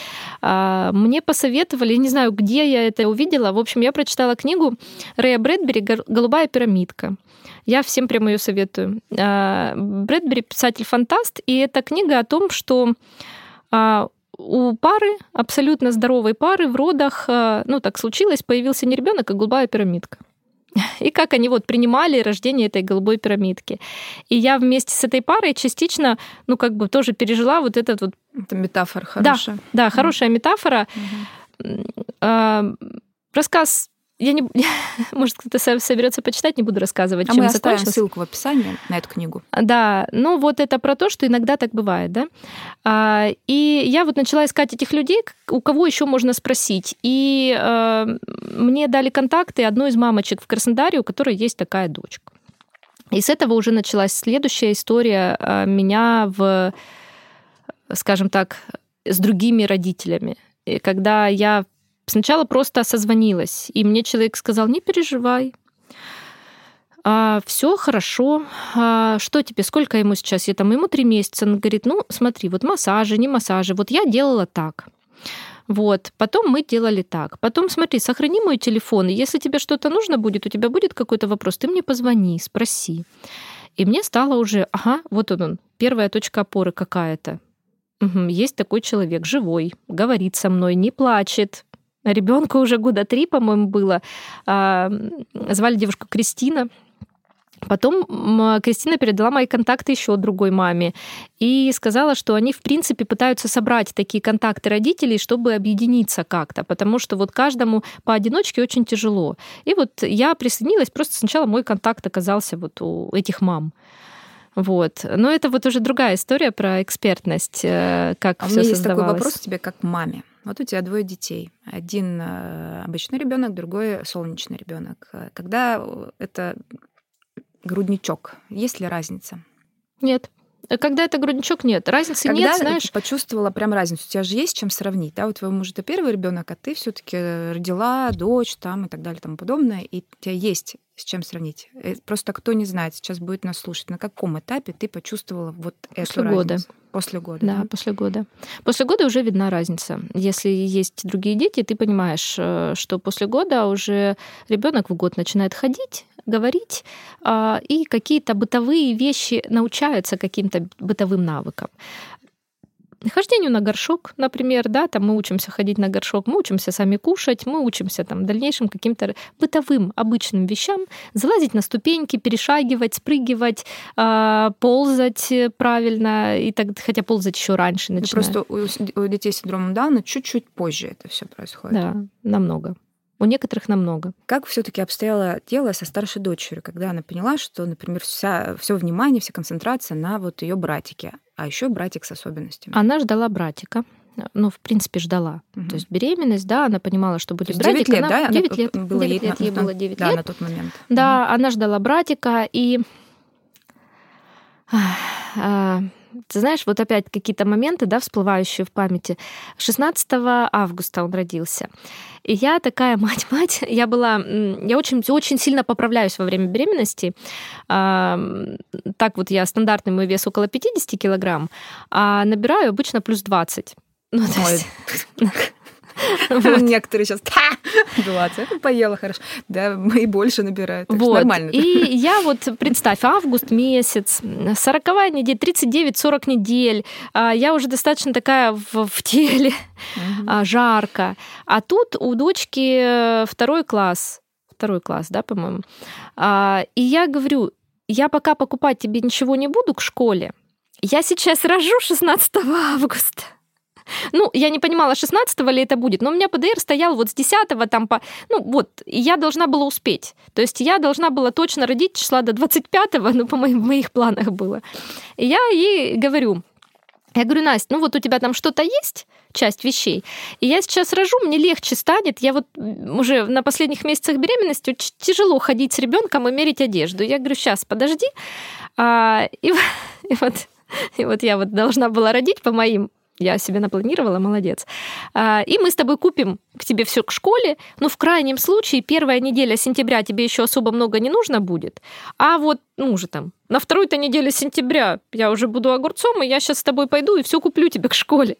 Мне посоветовали, не знаю, где я это увидела, в общем, я прочитала книгу Рэя Брэдбери «Голубая пирамидка». Я всем прямо ее советую. Брэдбери — писатель-фантаст, и это книга о том, что у пары, абсолютно здоровой пары, в родах, ну так случилось, появился не ребенок, а голубая пирамидка. И как они вот принимали рождение этой голубой пирамидки. И я вместе с этой парой частично, ну, как бы тоже пережила вот этот вот... Это метафора хорошая. Да, да, хорошая mm-hmm. метафора. Mm-hmm. Рассказ... Я не... Может, кто-то соберется почитать, не буду рассказывать, а чем мы закончился. Оставим ссылку в описании на эту книгу. Да, ну вот это про то, что иногда так бывает, да. И я вот начала искать этих людей, у кого еще можно спросить. И мне дали контакты одной из мамочек в Краснодаре, у которой есть такая дочка. И с этого уже началась следующая история меня в, скажем так, с другими родителями. И когда я сначала просто созвонилась, и мне человек сказал: не переживай, а, все хорошо, а, что тебе, сколько ему сейчас? Я там, ему три месяца. Он говорит: ну, смотри, вот массажи, не массажи, вот я делала так. Вот, потом мы делали так. Потом, смотри, сохрани мой телефон, и если тебе что-то нужно будет, у тебя будет какой-то вопрос, ты мне позвони, спроси. И мне стало уже, ага, вот он, он первая точка опоры какая-то. Угу, есть такой человек, живой, говорит со мной, не плачет. Ребенку уже года три, по-моему, было. Звали девушку Кристина. Потом Кристина передала мои контакты еще другой маме и сказала, что они, в принципе, пытаются собрать такие контакты родителей, чтобы объединиться как-то, потому что вот каждому поодиночке очень тяжело. И вот я присоединилась, просто сначала мой контакт оказался вот у этих мам. Вот. Но это вот уже другая история про экспертность, как а все создавалось. У меня есть такой вопрос к тебе, как к маме. Вот у тебя двое детей. Один обычный ребенок, другой солнечный ребенок. Когда это грудничок, есть ли разница? Нет. Когда это грудничок, нет. Разницы Когда нет, знаешь. Ты почувствовала прям разницу? У тебя же есть с чем сравнить, да? У твоего мужа это первый ребенок, а ты все-таки родила дочь там и так далее и тому подобное, и у тебя есть с чем сравнить. Просто кто не знает, сейчас будет нас слушать, на каком этапе ты почувствовала вот после эту года. разницу? После года. Да, да, после года. После года уже видна разница. Если есть другие дети, ты понимаешь, что после года уже ребенок в год начинает ходить, говорить, и какие-то бытовые вещи научаются каким-то бытовым навыкам. хождению на горшок, например, да, там мы учимся ходить на горшок, мы учимся сами кушать, мы учимся там дальнейшим каким-то бытовым, обычным вещам, залазить на ступеньки, перешагивать, спрыгивать, ползать правильно, и так, хотя ползать еще раньше начинают. Просто у, у детей с синдромом Дауна чуть-чуть позже это все происходит. Да, намного. У некоторых намного. Как все-таки обстояло дело со старшей дочерью, когда она поняла, что, например, вся, все внимание, вся концентрация на вот ее братике, а еще братик с особенностями? Она ждала братика. Ну, в принципе, ждала. Угу. То есть беременность, да, она понимала, что будет братик. девять лет, она... да? девять лет. Было девять ей, лет, ей было девять да, лет. на тот момент. Да, угу. Она ждала братика, и... Ты знаешь, вот опять какие-то моменты, да, всплывающие в памяти. шестнадцатого августа он родился. И я такая мать-мать, я была... Я очень, очень сильно поправляюсь во время беременности. Так вот я стандартный мой вес около пятьдесят килограмм, а набираю обычно плюс двадцать. Ну, то есть... Вот. Некоторые сейчас двадцать, поела хорошо. Да, и больше набирают. Так вот. Нормально. И я вот, представь, август месяц, сороковая неделя, тридцать девять сорок недель. Я уже достаточно такая в, в теле, угу. жарко. А тут у дочки второй класс. Второй класс, да, по-моему. И я говорю, я пока покупать тебе ничего не буду к школе. Я сейчас рожу шестнадцатого августа. Ну, я не понимала, шестнадцатого ли это будет, но у меня ПДР стоял вот с десятого там по... Ну, вот, и я должна была успеть. То есть я должна была точно родить числа до двадцать пятого, ну, по моим, в моих планах было. И я ей говорю, я говорю, Настя, ну вот у тебя там что-то есть, часть вещей, и я сейчас рожу, мне легче станет. Я вот уже на последних месяцах беременности очень тяжело ходить с ребенком и мерить одежду. Я говорю, сейчас, подожди. А, и, и, вот, и вот я вот должна была родить по моим. Я себе напланировала, молодец. И мы с тобой купим к тебе все к школе, но в крайнем случае первая неделя сентября тебе еще особо много не нужно будет, а вот, ну, уже там, на второй-то неделе сентября я уже буду огурцом, и я сейчас с тобой пойду и все куплю тебе к школе.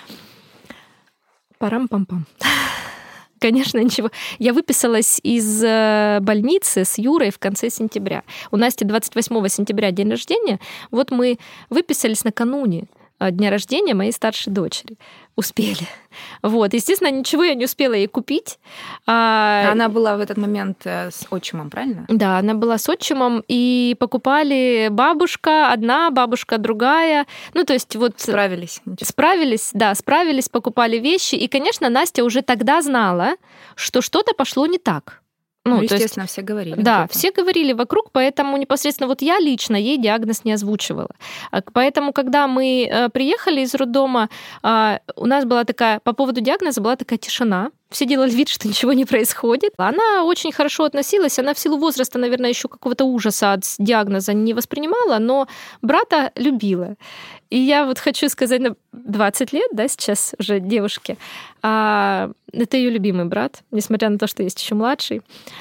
Парам-пам-пам. Конечно, ничего. Я выписалась из больницы с Юрой в конце сентября. У Насти двадцать восьмого сентября день рождения. Вот мы выписались накануне дня рождения моей старшей дочери. Успели. Вот. Естественно, ничего я не успела ей купить. Она была в этот момент с отчимом, правильно? Да, она была с отчимом, и покупали бабушка одна, бабушка другая. Ну, то есть вот... Справились. Справились, да, справились, покупали вещи. И, конечно, Настя уже тогда знала, что что-то пошло не так. Ну, ну естественно, есть, все говорили. Да, все говорили вокруг, поэтому непосредственно вот я лично ей диагноз не озвучивала. Поэтому, когда мы приехали из роддома, у нас была такая, по поводу диагноза была такая тишина. Все делали вид, что ничего не происходит. Она очень хорошо относилась, она в силу возраста, наверное, еще какого-то ужаса от диагноза не воспринимала, но брата любила. И я вот хочу сказать, на двадцать лет, да, сейчас уже девушке, а, это ее любимый брат, несмотря на то, что есть еще младший.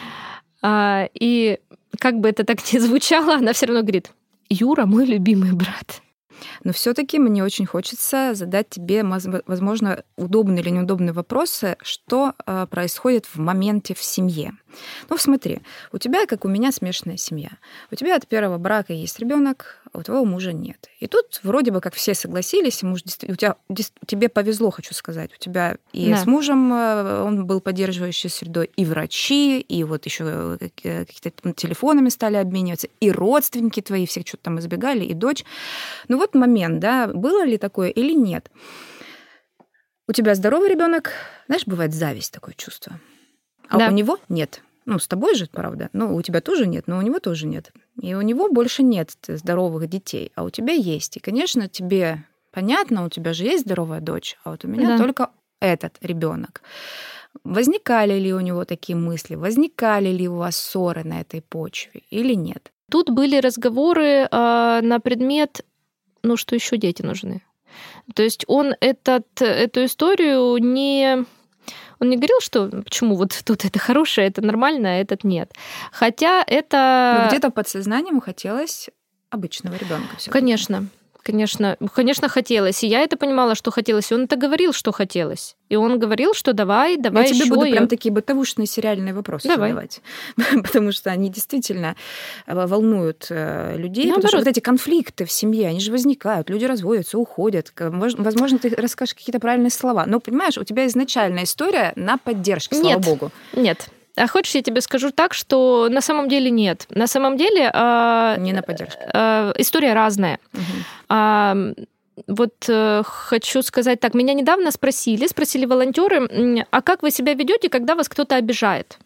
А, и как бы это так ни звучало, она все равно говорит: Юра, мой любимый брат. Но все-таки мне очень хочется задать тебе, возможно, удобные или неудобные вопросы, что происходит в моменте в семье. Ну, смотри, у тебя, как у меня, смешанная семья. У тебя от первого брака есть ребенок, а у твоего мужа нет. И тут вроде бы как все согласились, муж, у тебя, тебе повезло, хочу сказать. У тебя и да. с мужем он был поддерживающей средой, и врачи, и вот еще какие-то телефонами стали обмениваться, и родственники твои всех что-то там избегали, и дочь. Ну вот момент, да, было ли такое или нет? У тебя здоровый ребенок, знаешь, бывает зависть, такое чувство. А да. у него нет. Ну, с тобой же, правда. Ну, у тебя тоже нет, но у него тоже нет. И у него больше нет здоровых детей, а у тебя есть. И, конечно, тебе понятно, у тебя же есть здоровая дочь, а вот у меня да. только этот ребенок. Возникали ли у него такие мысли? Возникали ли у вас ссоры на этой почве или нет? Тут были разговоры э, на предмет, ну, что еще дети нужны. То есть он этот, эту историю не... Он не говорил, что почему вот тут это хорошее, это нормально, а этот нет. Хотя это... Но где-то подсознание ему хотелось обычного ребенка. Конечно. конечно. Конечно, хотелось. И я это понимала, что хотелось. И он это говорил, что хотелось. И он говорил, что давай, давай я еще. Я тебе буду и... прям такие бытовушные сериальные вопросы давай. задавать. Потому что они действительно волнуют людей. Наоборот. Потому что вот эти конфликты в семье, они же возникают. Люди разводятся, уходят. Возможно, ты расскажешь какие-то правильные слова. Но, понимаешь, у тебя изначальная история на поддержке, слава нет, богу. Нет. А хочешь, я тебе скажу так, что на самом деле нет. На самом деле... Э, Не на поддержке. Э, история разная. Угу. А, вот э, хочу сказать так. Меня недавно спросили, спросили волонтеры, а как вы себя ведете, когда вас кто-то обижает?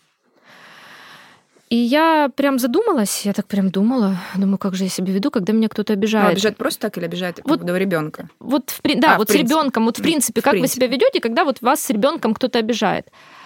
И я прям задумалась, я так прям думала, думаю, как же я себя веду, когда меня кто-то обижает. Ну, обижает просто так или обижает вот, до ребенка? Вот, в, да, а, вот в с ребенком, вот в принципе, в как принципе. вы себя ведете, когда вот вас с ребенком кто-то обижает?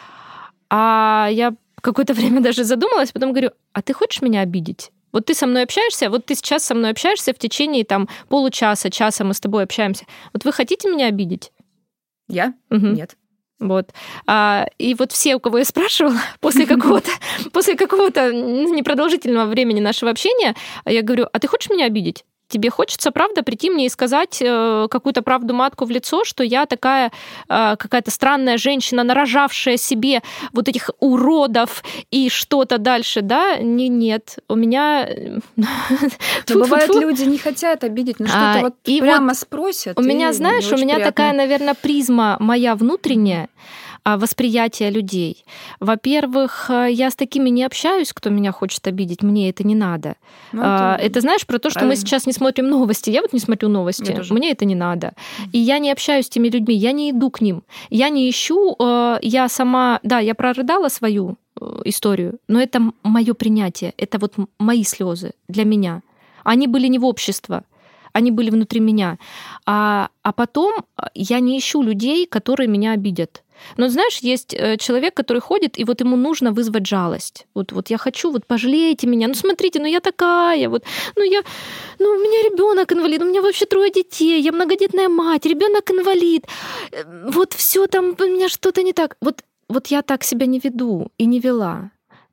А я какое-то время даже задумалась, потом говорю, а ты хочешь меня обидеть? Вот ты со мной общаешься, вот ты сейчас со мной общаешься в течение там получаса, часа мы с тобой общаемся. Вот вы хотите меня обидеть? Я? Угу. Нет. Вот. А, и вот все, у кого я спрашивала, после какого-то, после какого-то непродолжительного времени нашего общения, я говорю, а ты хочешь меня обидеть? Тебе хочется, правда, прийти мне и сказать э, какую-то правду матку в лицо, что я такая э, какая-то странная женщина, нарожавшая себе вот этих уродов и что-то дальше, да? Не, нет, у меня... Бывает, люди не хотят обидеть, но что-то вот прямо спросят. У меня, знаешь, у меня такая, наверное, призма моя внутренняя, восприятия людей. Во-первых, я с такими не общаюсь, кто меня хочет обидеть, мне это не надо. Ну, это, это, знаешь, про то, что правильно. Мы сейчас не смотрим новости. Я вот не смотрю новости, мне это не надо. И я не общаюсь с теми людьми, я не иду к ним. Я не ищу, я сама... Да, я прорыдала свою историю, но это мое принятие, это вот мои слезы для меня. Они были не в обществе, они были внутри меня. А, а потом я не ищу людей, которые меня обидят. Но знаешь, есть человек, который ходит, и вот ему нужно вызвать жалость. Вот, вот я хочу, вот пожалейте меня. Ну смотрите, ну я такая, вот, ну я, ну у меня ребенок инвалид, у меня вообще трое детей, я многодетная мать, ребенок инвалид. Вот все там у меня что-то не так. Вот, вот я так себя не веду и не вела.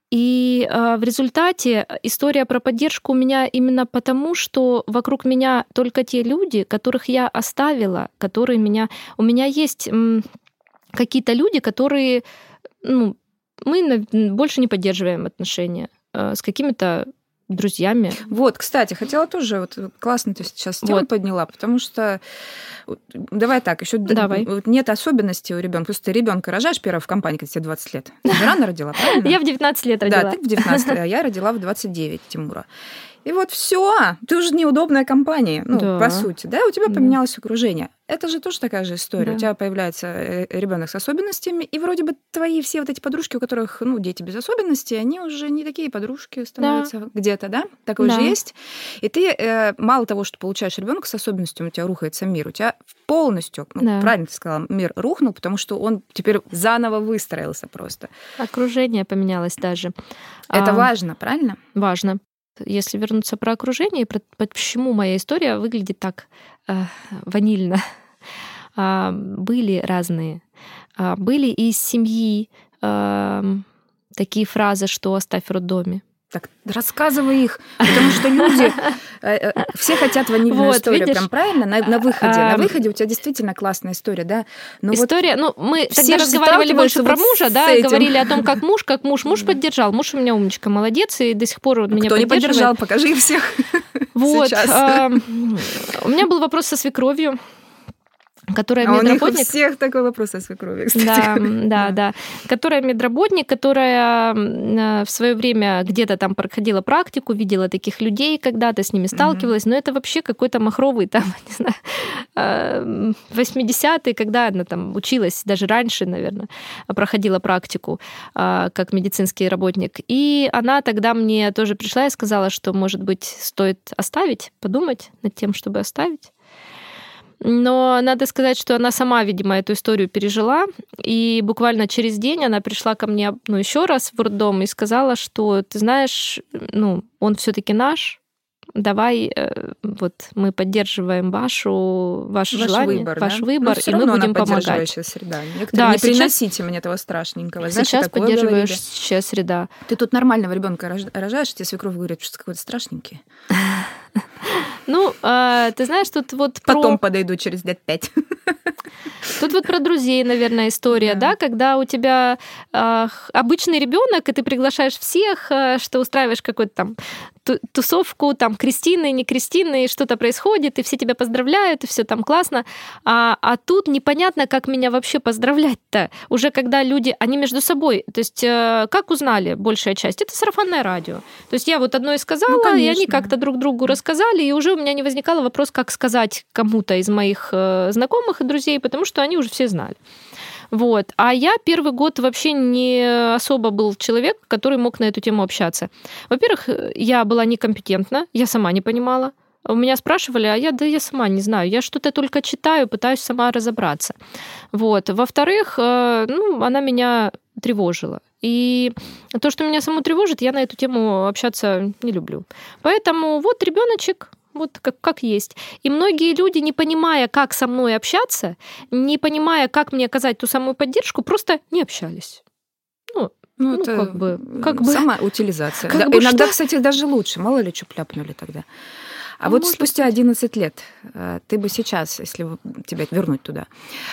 И э, в результате история про поддержку у меня именно потому, что вокруг меня только те люди, которых я оставила, которые меня... У меня есть м, какие-то люди, которые... Ну, мы больше не поддерживаем отношения э, с какими-то друзьями. Вот, кстати, хотела тоже, вот классно ты сейчас тему вот. подняла, потому что давай так, еще давай. Нет особенностей у ребенка. Просто ты ребенка рожаешь первого в компании, когда тебе двадцать лет. Ты же рано родила, правильно? Я в девятнадцать лет родила. Да, ты в девятнадцать, а я родила в двадцать девять Тимура. И вот все, ты уже неудобная компания, ну, да. по сути, да, у тебя да. поменялось окружение. Это же тоже такая же история. Да. У тебя появляется ребенок с особенностями, и вроде бы твои все вот эти подружки, у которых, ну, дети без особенностей, они уже не такие подружки становятся да. где-то, да? Такое да. же есть. И ты э, мало того, что получаешь ребенка с особенностью, у тебя рухается мир, у тебя полностью, ну, да. правильно ты сказала, мир рухнул, потому что он теперь заново выстроился просто. Окружение поменялось даже. Это а, важно, правильно? Важно. Если вернуться про окружение, про почему моя история выглядит так э, ванильно. А, были разные. А, были из семьи э, такие фразы, что «оставь в роддоме». Так, рассказывай их, потому что люди, все хотят ванильную вот, историю, видишь? Прям правильно, на, на выходе. А, на выходе у тебя действительно классная история, да? Но история, вот ну, мы тогда разговаривали больше про мужа, да, этим. Говорили о том, как муж, как муж, муж поддержал, муж у меня умничка, молодец, и до сих пор он меня поддерживает. Кто не поддержал, покажи всех вот, сейчас. А, у меня был вопрос со свекровью, которая а медработник. У них у всех такой вопрос о свекрови, кстати. Да, да, да. Которая медработник, которая в свое время где-то там проходила практику, видела таких людей, когда-то с ними сталкивалась, mm-hmm. но это вообще какой-то махровый там, не знаю, восьмидесятые, когда она там училась, даже раньше, наверное, проходила практику как медицинский работник. И она тогда мне тоже пришла и сказала, что, может быть, стоит оставить, подумать над тем, чтобы оставить. Но надо сказать, что она сама, видимо, эту историю пережила. И буквально через день она пришла ко мне ну, еще раз в роддом и сказала, что, ты знаешь, ну, он все-таки наш. Давай, вот мы поддерживаем вашу, ваше ваш желание, выбор, ваш да? выбор, и мы будем помогать. Среда. Некоторые да, не сейчас, приносите мне этого страшненького. Знаешь, сейчас поддерживающая среда. Ты тут нормального ребенка рожаешь, тебе свекровь говорит, что какой-то страшненький. Ну, ты знаешь, тут вот Потом подойду через лет пять. Тут вот про друзей, наверное, история, да, да когда у тебя э, обычный ребенок, и ты приглашаешь всех, э, что устраиваешь какую-то там тусовку, там, крестины, не крестины, и что-то происходит, и все тебя поздравляют, и все там классно. А, а тут непонятно, как меня вообще поздравлять-то. Уже когда люди, они между собой, то есть э, как узнали большая часть? Это сарафанное радио. То есть я вот одно и сказала, ну, и они как-то друг другу рассказали, и уже у меня не возникало вопрос, как сказать кому-то из моих э, знакомых и друзей, потому что они уже все знали. Вот. А я первый год вообще не особо был человек, который мог на эту тему общаться. Во-первых, я была некомпетентна, я сама не понимала. У меня спрашивали, а я, да я сама не знаю, я что-то только читаю, пытаюсь сама разобраться. Вот. Во-вторых, ну, она меня тревожила. И то, что меня саму тревожит, я на эту тему общаться не люблю. Поэтому вот ребеночек, вот как, как есть. И многие люди, не понимая, как со мной общаться, не понимая, как мне оказать ту самую поддержку, просто не общались. Ну, ну, ну это как бы, как бы... сама утилизация. Как Да, бы иногда, что? Кстати, даже лучше. Мало ли что пляпнули тогда. А ну, вот спустя одиннадцать лет ты бы сейчас, если тебя вернуть туда,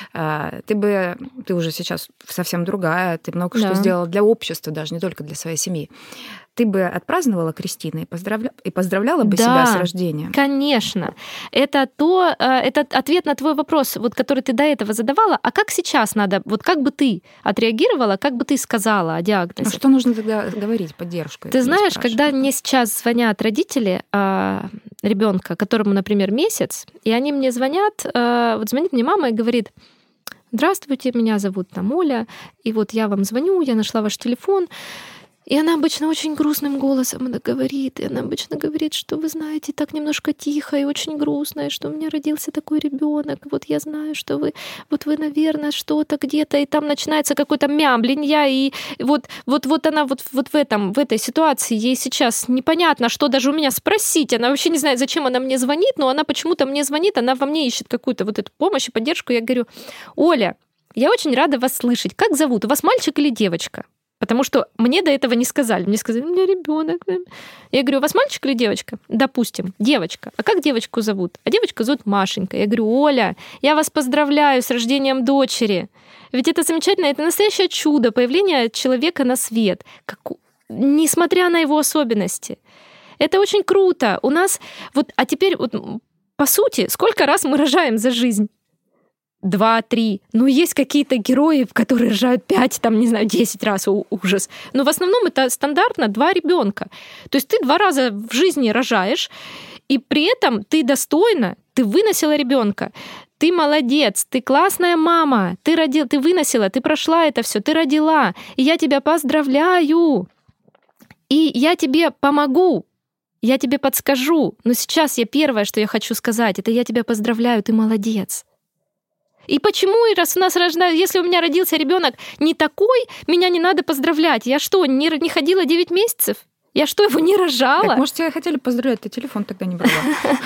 ты бы, ты уже сейчас совсем другая, ты много да. что сделала для общества, даже не только для своей семьи. Ты бы отпраздновала крестины и, поздравля... и поздравляла бы да, себя с рождением? Конечно. Это то, это ответ на твой вопрос, вот, который ты до этого задавала. А как сейчас надо, вот как бы ты отреагировала, как бы ты сказала о диагнозе? А что нужно тогда говорить, поддержку? Ты знаешь, когда мне сейчас звонят родители ребенка, которому, например, месяц, и они мне звонят, вот звонит мне мама и говорит: здравствуйте, меня зовут там Оля, и вот я вам звоню, я нашла ваш телефон. И она обычно очень грустным голосом она говорит, и она обычно говорит, что вы знаете, так немножко тихо и очень грустно, и что у меня родился такой ребенок. Вот я знаю, что вы, вот вы, наверное, что-то где-то, и там начинается какое-то мямленье, и вот, вот, вот она вот, вот в этом, в этой ситуации, ей сейчас непонятно, что даже у меня спросить. Она вообще не знает, зачем она мне звонит, но она почему-то мне звонит, она во мне ищет какую-то вот эту помощь и поддержку. Я говорю: Оля, я очень рада вас слышать. Как зовут? У вас мальчик или девочка? Потому что мне до этого не сказали. Мне сказали: у меня ребенок. Я говорю: у вас мальчик или девочка? Допустим, девочка. А как девочку зовут? А девочку зовут Машенька. Я говорю: Оля, я вас поздравляю с рождением дочери. Ведь это замечательно, это настоящее чудо, появление человека на свет, как... несмотря на его особенности. Это очень круто. У нас вот, а теперь вот, по сути, сколько раз мы рожаем за жизнь? Два, три. Ну, есть какие-то герои, которые рожают пять, там, не знаю, десять раз, О, ужас. Но в основном это стандартно два ребенка. То есть ты два раза в жизни рожаешь, и при этом ты достойна, ты выносила ребенка, ты молодец, ты классная мама, ты родила, ты выносила, ты прошла это все, ты родила, и я тебя поздравляю, и я тебе помогу, я тебе подскажу. Но сейчас я первое, что я хочу сказать, это я тебя поздравляю, ты молодец. И почему, раз у нас рождают, если у меня родился ребенок не такой, меня не надо поздравлять? Я что, не, не ходила девять месяцев? Я что, его не рожала? Так, может, тебя хотели поздравлять, ты телефон тогда не брала.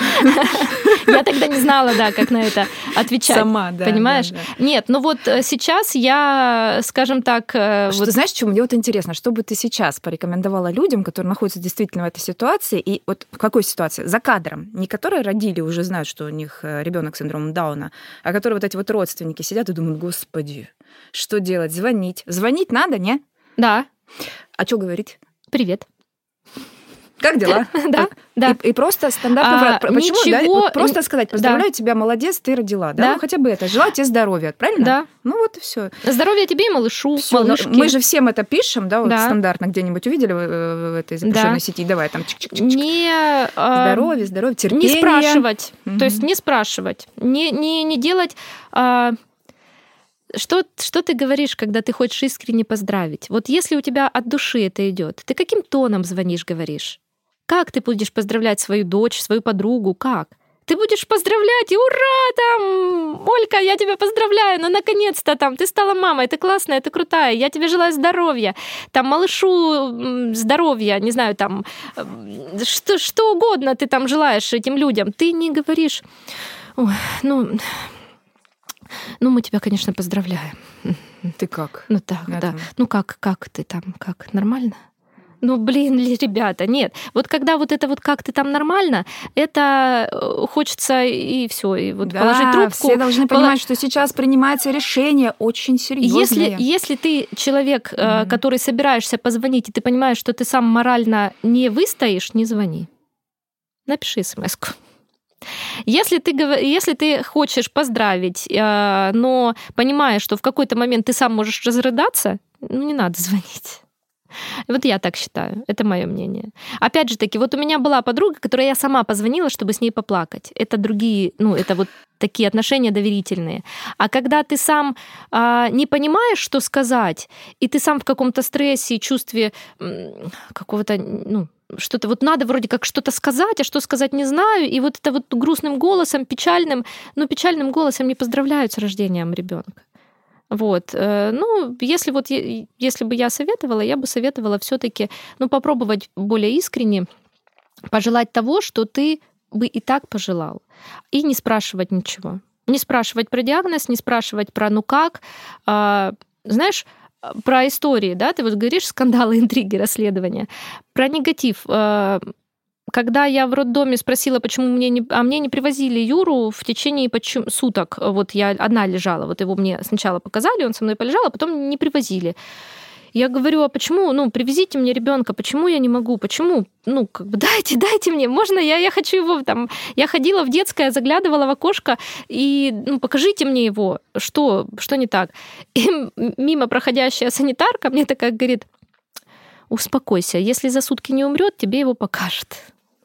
Я тогда не знала, да, как на это отвечать. Сама, да. Понимаешь? Да, да. Нет, ну вот сейчас я, скажем так... Что, вот... знаешь, что мне вот интересно, что бы ты сейчас порекомендовала людям, которые находятся действительно в этой ситуации, и вот в какой ситуации? За кадром. Не которые родили, уже знают, что у них ребенок с синдромом Дауна, а которые вот эти вот родственники сидят и думают: господи, что делать? Звонить? Звонить надо, не? Да. А что говорить? Привет. Как дела? Да, да. И, и просто стандартно... А, почему? ничего... Да? Вот просто сказать: поздравляю да. тебя, молодец, ты родила. Да? Да. Ну, хотя бы это. Желаю тебе здоровья, правильно? Да. Ну вот и все. Здоровья тебе и малышу, всё. малышке. Мы же всем это пишем, да, вот да. стандартно где-нибудь увидели в этой запрещенной да. сети, давай там чик-чик-чик. Не... Здоровье, здоровье, терпение. Не спрашивать. Угу. То есть не спрашивать. Не, не, не делать... А... Что, что ты говоришь, когда ты хочешь искренне поздравить? Вот если у тебя от души это идет, ты каким тоном звонишь, говоришь? Как ты будешь поздравлять свою дочь, свою подругу? Как? Ты будешь поздравлять, и ура, там, Олька, я тебя поздравляю, ну, наконец-то, там, ты стала мамой, ты классная, ты крутая, я тебе желаю здоровья, там, малышу здоровья, не знаю, там, что, что угодно ты там желаешь этим людям. Ты не говоришь: ой, ну... Ну, мы тебя, конечно, поздравляем. Ты как? Ну так, да. Этом? Ну как, как ты там, как, нормально? Ну, блин, ребята, нет. Вот когда вот это вот как-то там нормально, это хочется и все, и вот да, положить трубку. Все должны понимать, что сейчас принимается решение очень серьезное. Если, если ты человек, mm-hmm. который собираешься позвонить, и ты понимаешь, что ты сам морально не выстоишь, не звони. Напиши смс-ку. Если ты, если ты хочешь поздравить, но понимаешь, что в какой-то момент ты сам можешь разрыдаться, ну, не надо звонить. Вот я так считаю. Это мое мнение. Опять же таки, вот у меня была подруга, которой я сама позвонила, чтобы с ней поплакать. Это другие, ну, это вот такие отношения доверительные. А когда ты сам а, не понимаешь, что сказать, и ты сам в каком-то стрессе и чувстве м, какого-то, ну, что-то вот надо вроде как что-то сказать, а что сказать не знаю, и вот это вот грустным голосом, печальным, ну, печальным голосом не поздравляют с рождением ребенка. Вот. Ну, если вот если бы я советовала, я бы советовала все-таки, ну, попробовать более искренне пожелать того, что ты бы и так пожелал, и не спрашивать ничего. Не спрашивать про диагноз, не спрашивать про ну как. Знаешь, про истории, да, ты вот говоришь, скандалы, интриги, расследования. Про негатив. Когда я в роддоме спросила, почему мне не, а мне не привозили Юру в течение почему, суток, вот я одна лежала, вот его мне сначала показали, он со мной полежал, а потом не привозили. Я говорю, а почему, ну, привезите мне ребенка, почему я не могу, почему, ну, как бы дайте, дайте мне, можно, я, я хочу его там, я ходила в детское, заглядывала в окошко, и, ну, покажите мне его, что, что не так. И мимо проходящая санитарка мне такая говорит, успокойся, если за сутки не умрет, тебе его покажут.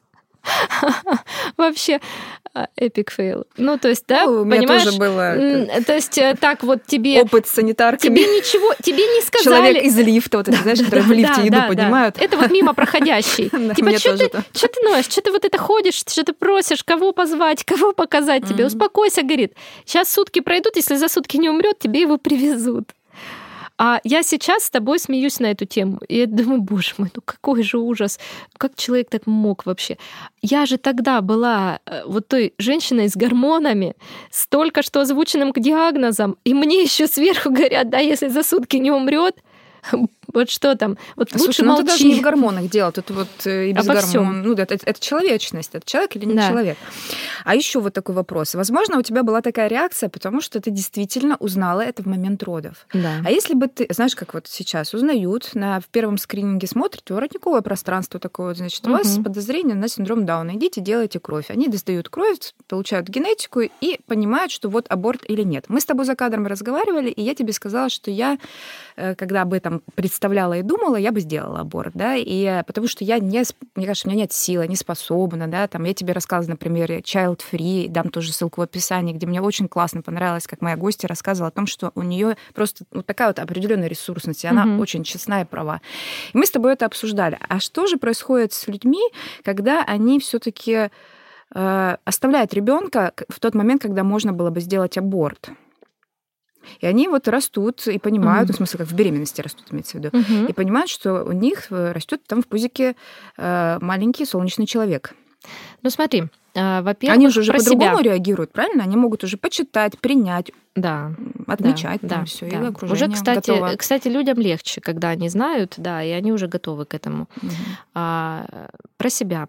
Вообще эпик фейл. Ну, то есть, да, ну, у меня понимаешь? Тоже было... То есть, так вот тебе... Опыт с санитарками. Тебе ничего, тебе не сказали... Человек из лифта, вот это, знаешь, который в лифте еду поднимают. Это вот мимо проходящий. Типа, что ты ноешь, что ты вот это ходишь, что ты просишь, кого позвать, кого показать тебе? Успокойся, говорит. Сейчас сутки пройдут, если за сутки не умрет, тебе его привезут. А я сейчас с тобой смеюсь на эту тему. И я думаю, боже мой, ну какой же ужас. Как человек так мог вообще? Я же тогда была вот той женщиной с гормонами, с только что озвученным к диагнозам, и мне еще сверху говорят, да, если за сутки не умрет, вот что там, вот Слушай, лучше ну молчи. это даже не в гормонах дело, тут вот и без Обо гормонов. всём. Ну, это, это человечность, это человек или не Да. человек. А еще вот такой вопрос. Возможно, у тебя была такая реакция, потому что ты действительно узнала это в момент родов. Да. А если бы ты, знаешь, как вот сейчас узнают, на, в первом скрининге смотрят, воротниковое пространство такое, значит, у Угу. вас подозрение на синдром Дауна, идите, делайте кровь. Они достают кровь, получают генетику и понимают, что вот аборт или нет. Мы с тобой за кадром разговаривали, и я тебе сказала, что я, когда об этом представляла и думала, я бы сделала аборт, да, и потому что я не, мне кажется, у меня нет силы, не способна, да, там, я тебе рассказывала, например, Child Free, дам тоже ссылку в описании, где мне очень классно понравилось, как моя гостья рассказывала о том, что у нее просто вот такая вот определенная ресурсность, и она mm-hmm. очень честна и права. И мы с тобой это обсуждали. А что же происходит с людьми, когда они все-таки э, оставляют ребенка в тот момент, когда можно было бы сделать аборт? И они вот растут и понимают, mm-hmm. в смысле, как в беременности растут, имеется в виду, mm-hmm. и понимают, что у них растет там в пузике маленький солнечный человек. Ну смотри, во-первых, они же уже про по-другому себя. реагируют, правильно? Они могут уже почитать, принять, да, отмечать да, там да, все, да. и окружение уже, кстати, готово. Кстати, людям легче, когда они знают, да, и они уже готовы к этому. Mm-hmm. А, про себя.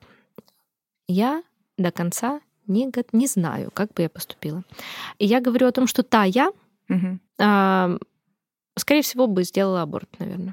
Я до конца не, не знаю, как бы я поступила. И я говорю о том, что та я, Угу. А, скорее всего, бы сделала аборт, наверное.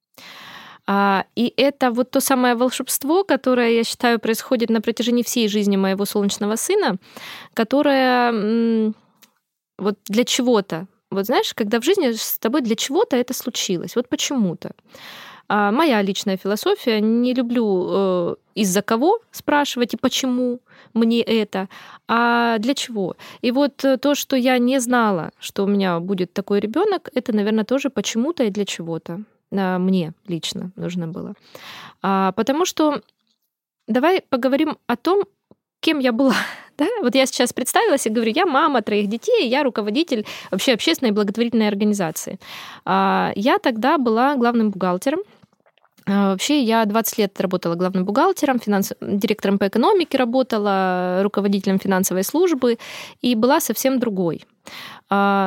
А, и это вот то самое волшебство, которое, я считаю, происходит на протяжении всей жизни моего солнечного сына, которое м- вот для чего-то, вот знаешь, когда в жизни с тобой для чего-то это случилось, вот почему-то. А, моя личная философия, не люблю э, из-за кого спрашивать и почему мне это, а для чего. И вот то, что я не знала, что у меня будет такой ребенок, это, наверное, тоже почему-то и для чего-то а, мне лично нужно было. А, потому что давай поговорим о том, кем я была. Да? Вот я сейчас представилась и говорю, я мама троих детей, я руководитель вообще общественной благотворительной организации. А, я тогда была главным бухгалтером. Вообще, я двадцать лет работала главным бухгалтером, финанс... директором по экономике работала, руководителем финансовой службы и была совсем другой.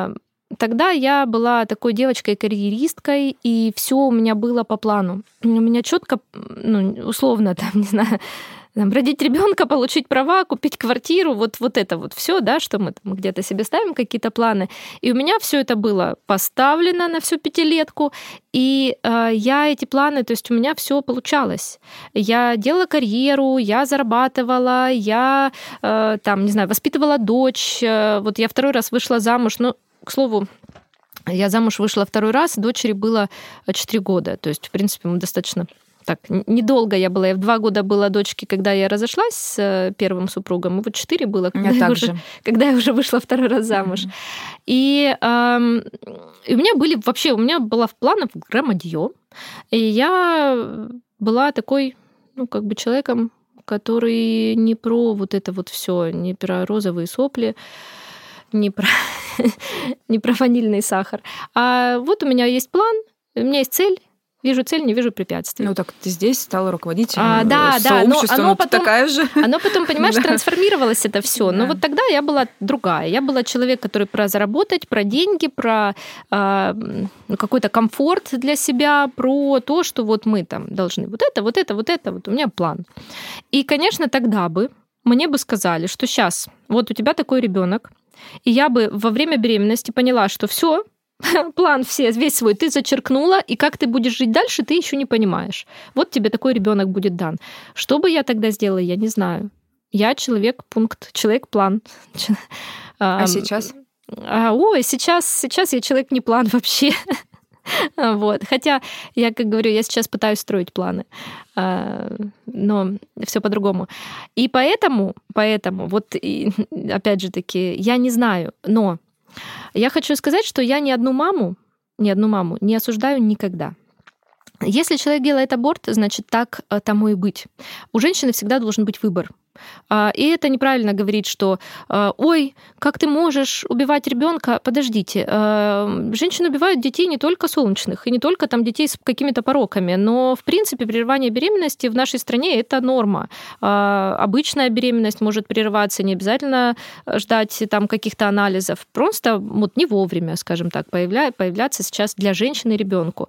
тогда я была такой девочкой-карьеристкой, и все у меня было по плану. У меня четко, ну, условно, там, не знаю, там, родить ребенка, получить права, купить квартиру, вот, вот это вот все, да, что мы там где-то себе ставим, какие-то планы. И у меня все это было поставлено на всю пятилетку, и э, я эти планы, то есть у меня все получалось. Я делала карьеру, я зарабатывала, я э, там, не знаю, воспитывала дочь. Вот я второй раз вышла замуж, ну, к слову, я замуж вышла второй раз, дочери было четыре года, то есть, в принципе, мы достаточно... Так, недолго я была. Я в два года была дочке, когда я разошлась с первым супругом. И вот четыре было, когда, я уже, когда я уже вышла второй раз замуж. Mm-hmm. И, эм, и у меня были вообще, у меня было в планах громадье. И я была такой, ну, как бы человеком, который не про вот это вот все, не про розовые сопли, не про, не про ванильный сахар. А вот у меня есть план, у меня есть цель. Вижу цель, не вижу препятствий. Ну так ты здесь стала руководителем а, да, сообщества, да, но оно потом, такая же. Оно потом, понимаешь, трансформировалось это все. Но вот тогда я была другая. Я была человек, который про заработать, про деньги, про э, какой-то комфорт для себя, про то, что вот мы там должны вот это, вот это, вот это, вот у меня план. И, конечно, тогда бы мне бы сказали, что сейчас вот у тебя такой ребенок, и я бы во время беременности поняла, что все. План все, весь свой ты зачеркнула, и как ты будешь жить дальше, ты еще не понимаешь. Вот тебе такой ребенок будет дан. Что бы я тогда сделала, я не знаю. Я человек-пункт, человек-план. А сейчас? А, ой, сейчас, сейчас я человек не план вообще. Вот. Хотя, я, как говорю, я сейчас пытаюсь строить планы, но все по-другому. И поэтому, поэтому, вот и, опять же таки, я не знаю, но я хочу сказать, что я ни одну маму, ни одну маму не осуждаю никогда. Если человек делает аборт, значит, так тому и быть. У женщины всегда должен быть выбор. И это неправильно говорить, что «Ой, как ты можешь убивать ребенка?» Подождите, женщины убивают детей не только солнечных, и не только там детей с какими-то пороками, но, в принципе, прерывание беременности в нашей стране – это норма. Обычная беременность может прерываться, не обязательно ждать там каких-то анализов, просто вот не вовремя, скажем так, появля... появляться сейчас для женщины и ребенку.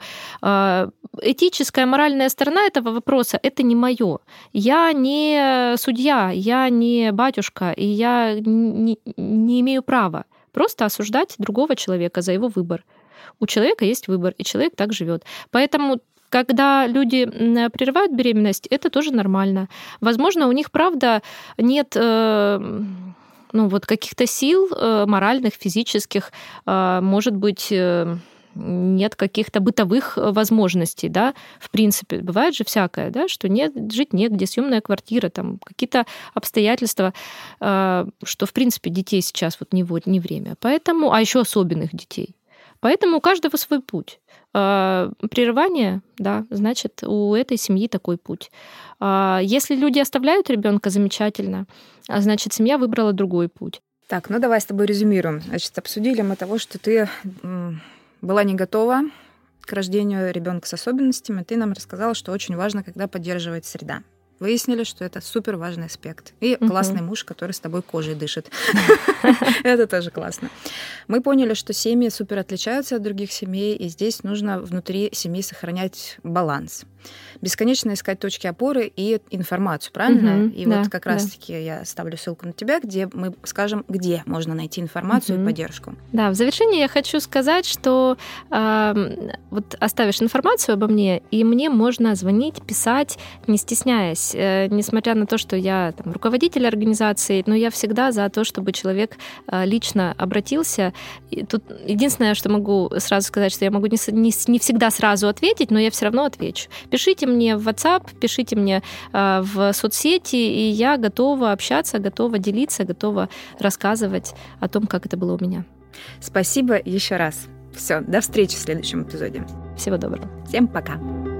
Этическая, моральная сторона этого вопроса – это не моё. Я не судья, я не батюшка, и я не, не имею права просто осуждать другого человека за его выбор. У человека есть выбор, и человек так живет. Поэтому, когда люди прерывают беременность, это тоже нормально. Возможно, у них, правда, нет э, ну, вот каких-то сил э, моральных, физических, э, может быть, э, нет каких-то бытовых возможностей, да, в принципе, бывает же всякое, да, что нет, жить негде, съемная квартира, там, какие-то обстоятельства, что, в принципе, детей сейчас вот не, не время, поэтому, а еще особенных детей. Поэтому у каждого свой путь. Прерывание, да, значит, у этой семьи такой путь. Если люди оставляют ребенка, замечательно, значит, семья выбрала другой путь. Так, ну давай с тобой резюмируем. Значит, обсудили мы того, что ты была не готова к рождению ребенка с особенностями. Ты нам рассказала, что очень важно, когда поддерживает среда. Выяснили, что это супер важный аспект. И угу. классный муж, который с тобой кожей дышит. Это тоже классно. Мы поняли, что семьи супер отличаются от других семей, и здесь нужно внутри семьи сохранять баланс. Бесконечно искать точки опоры и информацию, правильно? И вот как раз-таки я ставлю ссылку на тебя, где мы скажем, где можно найти информацию и поддержку. Да, в завершение я хочу сказать, что вот оставишь информацию обо мне, и мне можно звонить, писать, не стесняясь. Несмотря на то, что я там, руководитель организации, но я всегда за то, чтобы человек лично обратился. И тут единственное, что могу сразу сказать, что я могу не, не, не всегда сразу ответить, но я все равно отвечу. Пишите мне в WhatsApp, пишите мне в соцсети, и я готова общаться, готова делиться, готова рассказывать о том, как это было у меня. Спасибо еще раз. Все, до встречи в следующем эпизоде. Всего доброго. Всем пока.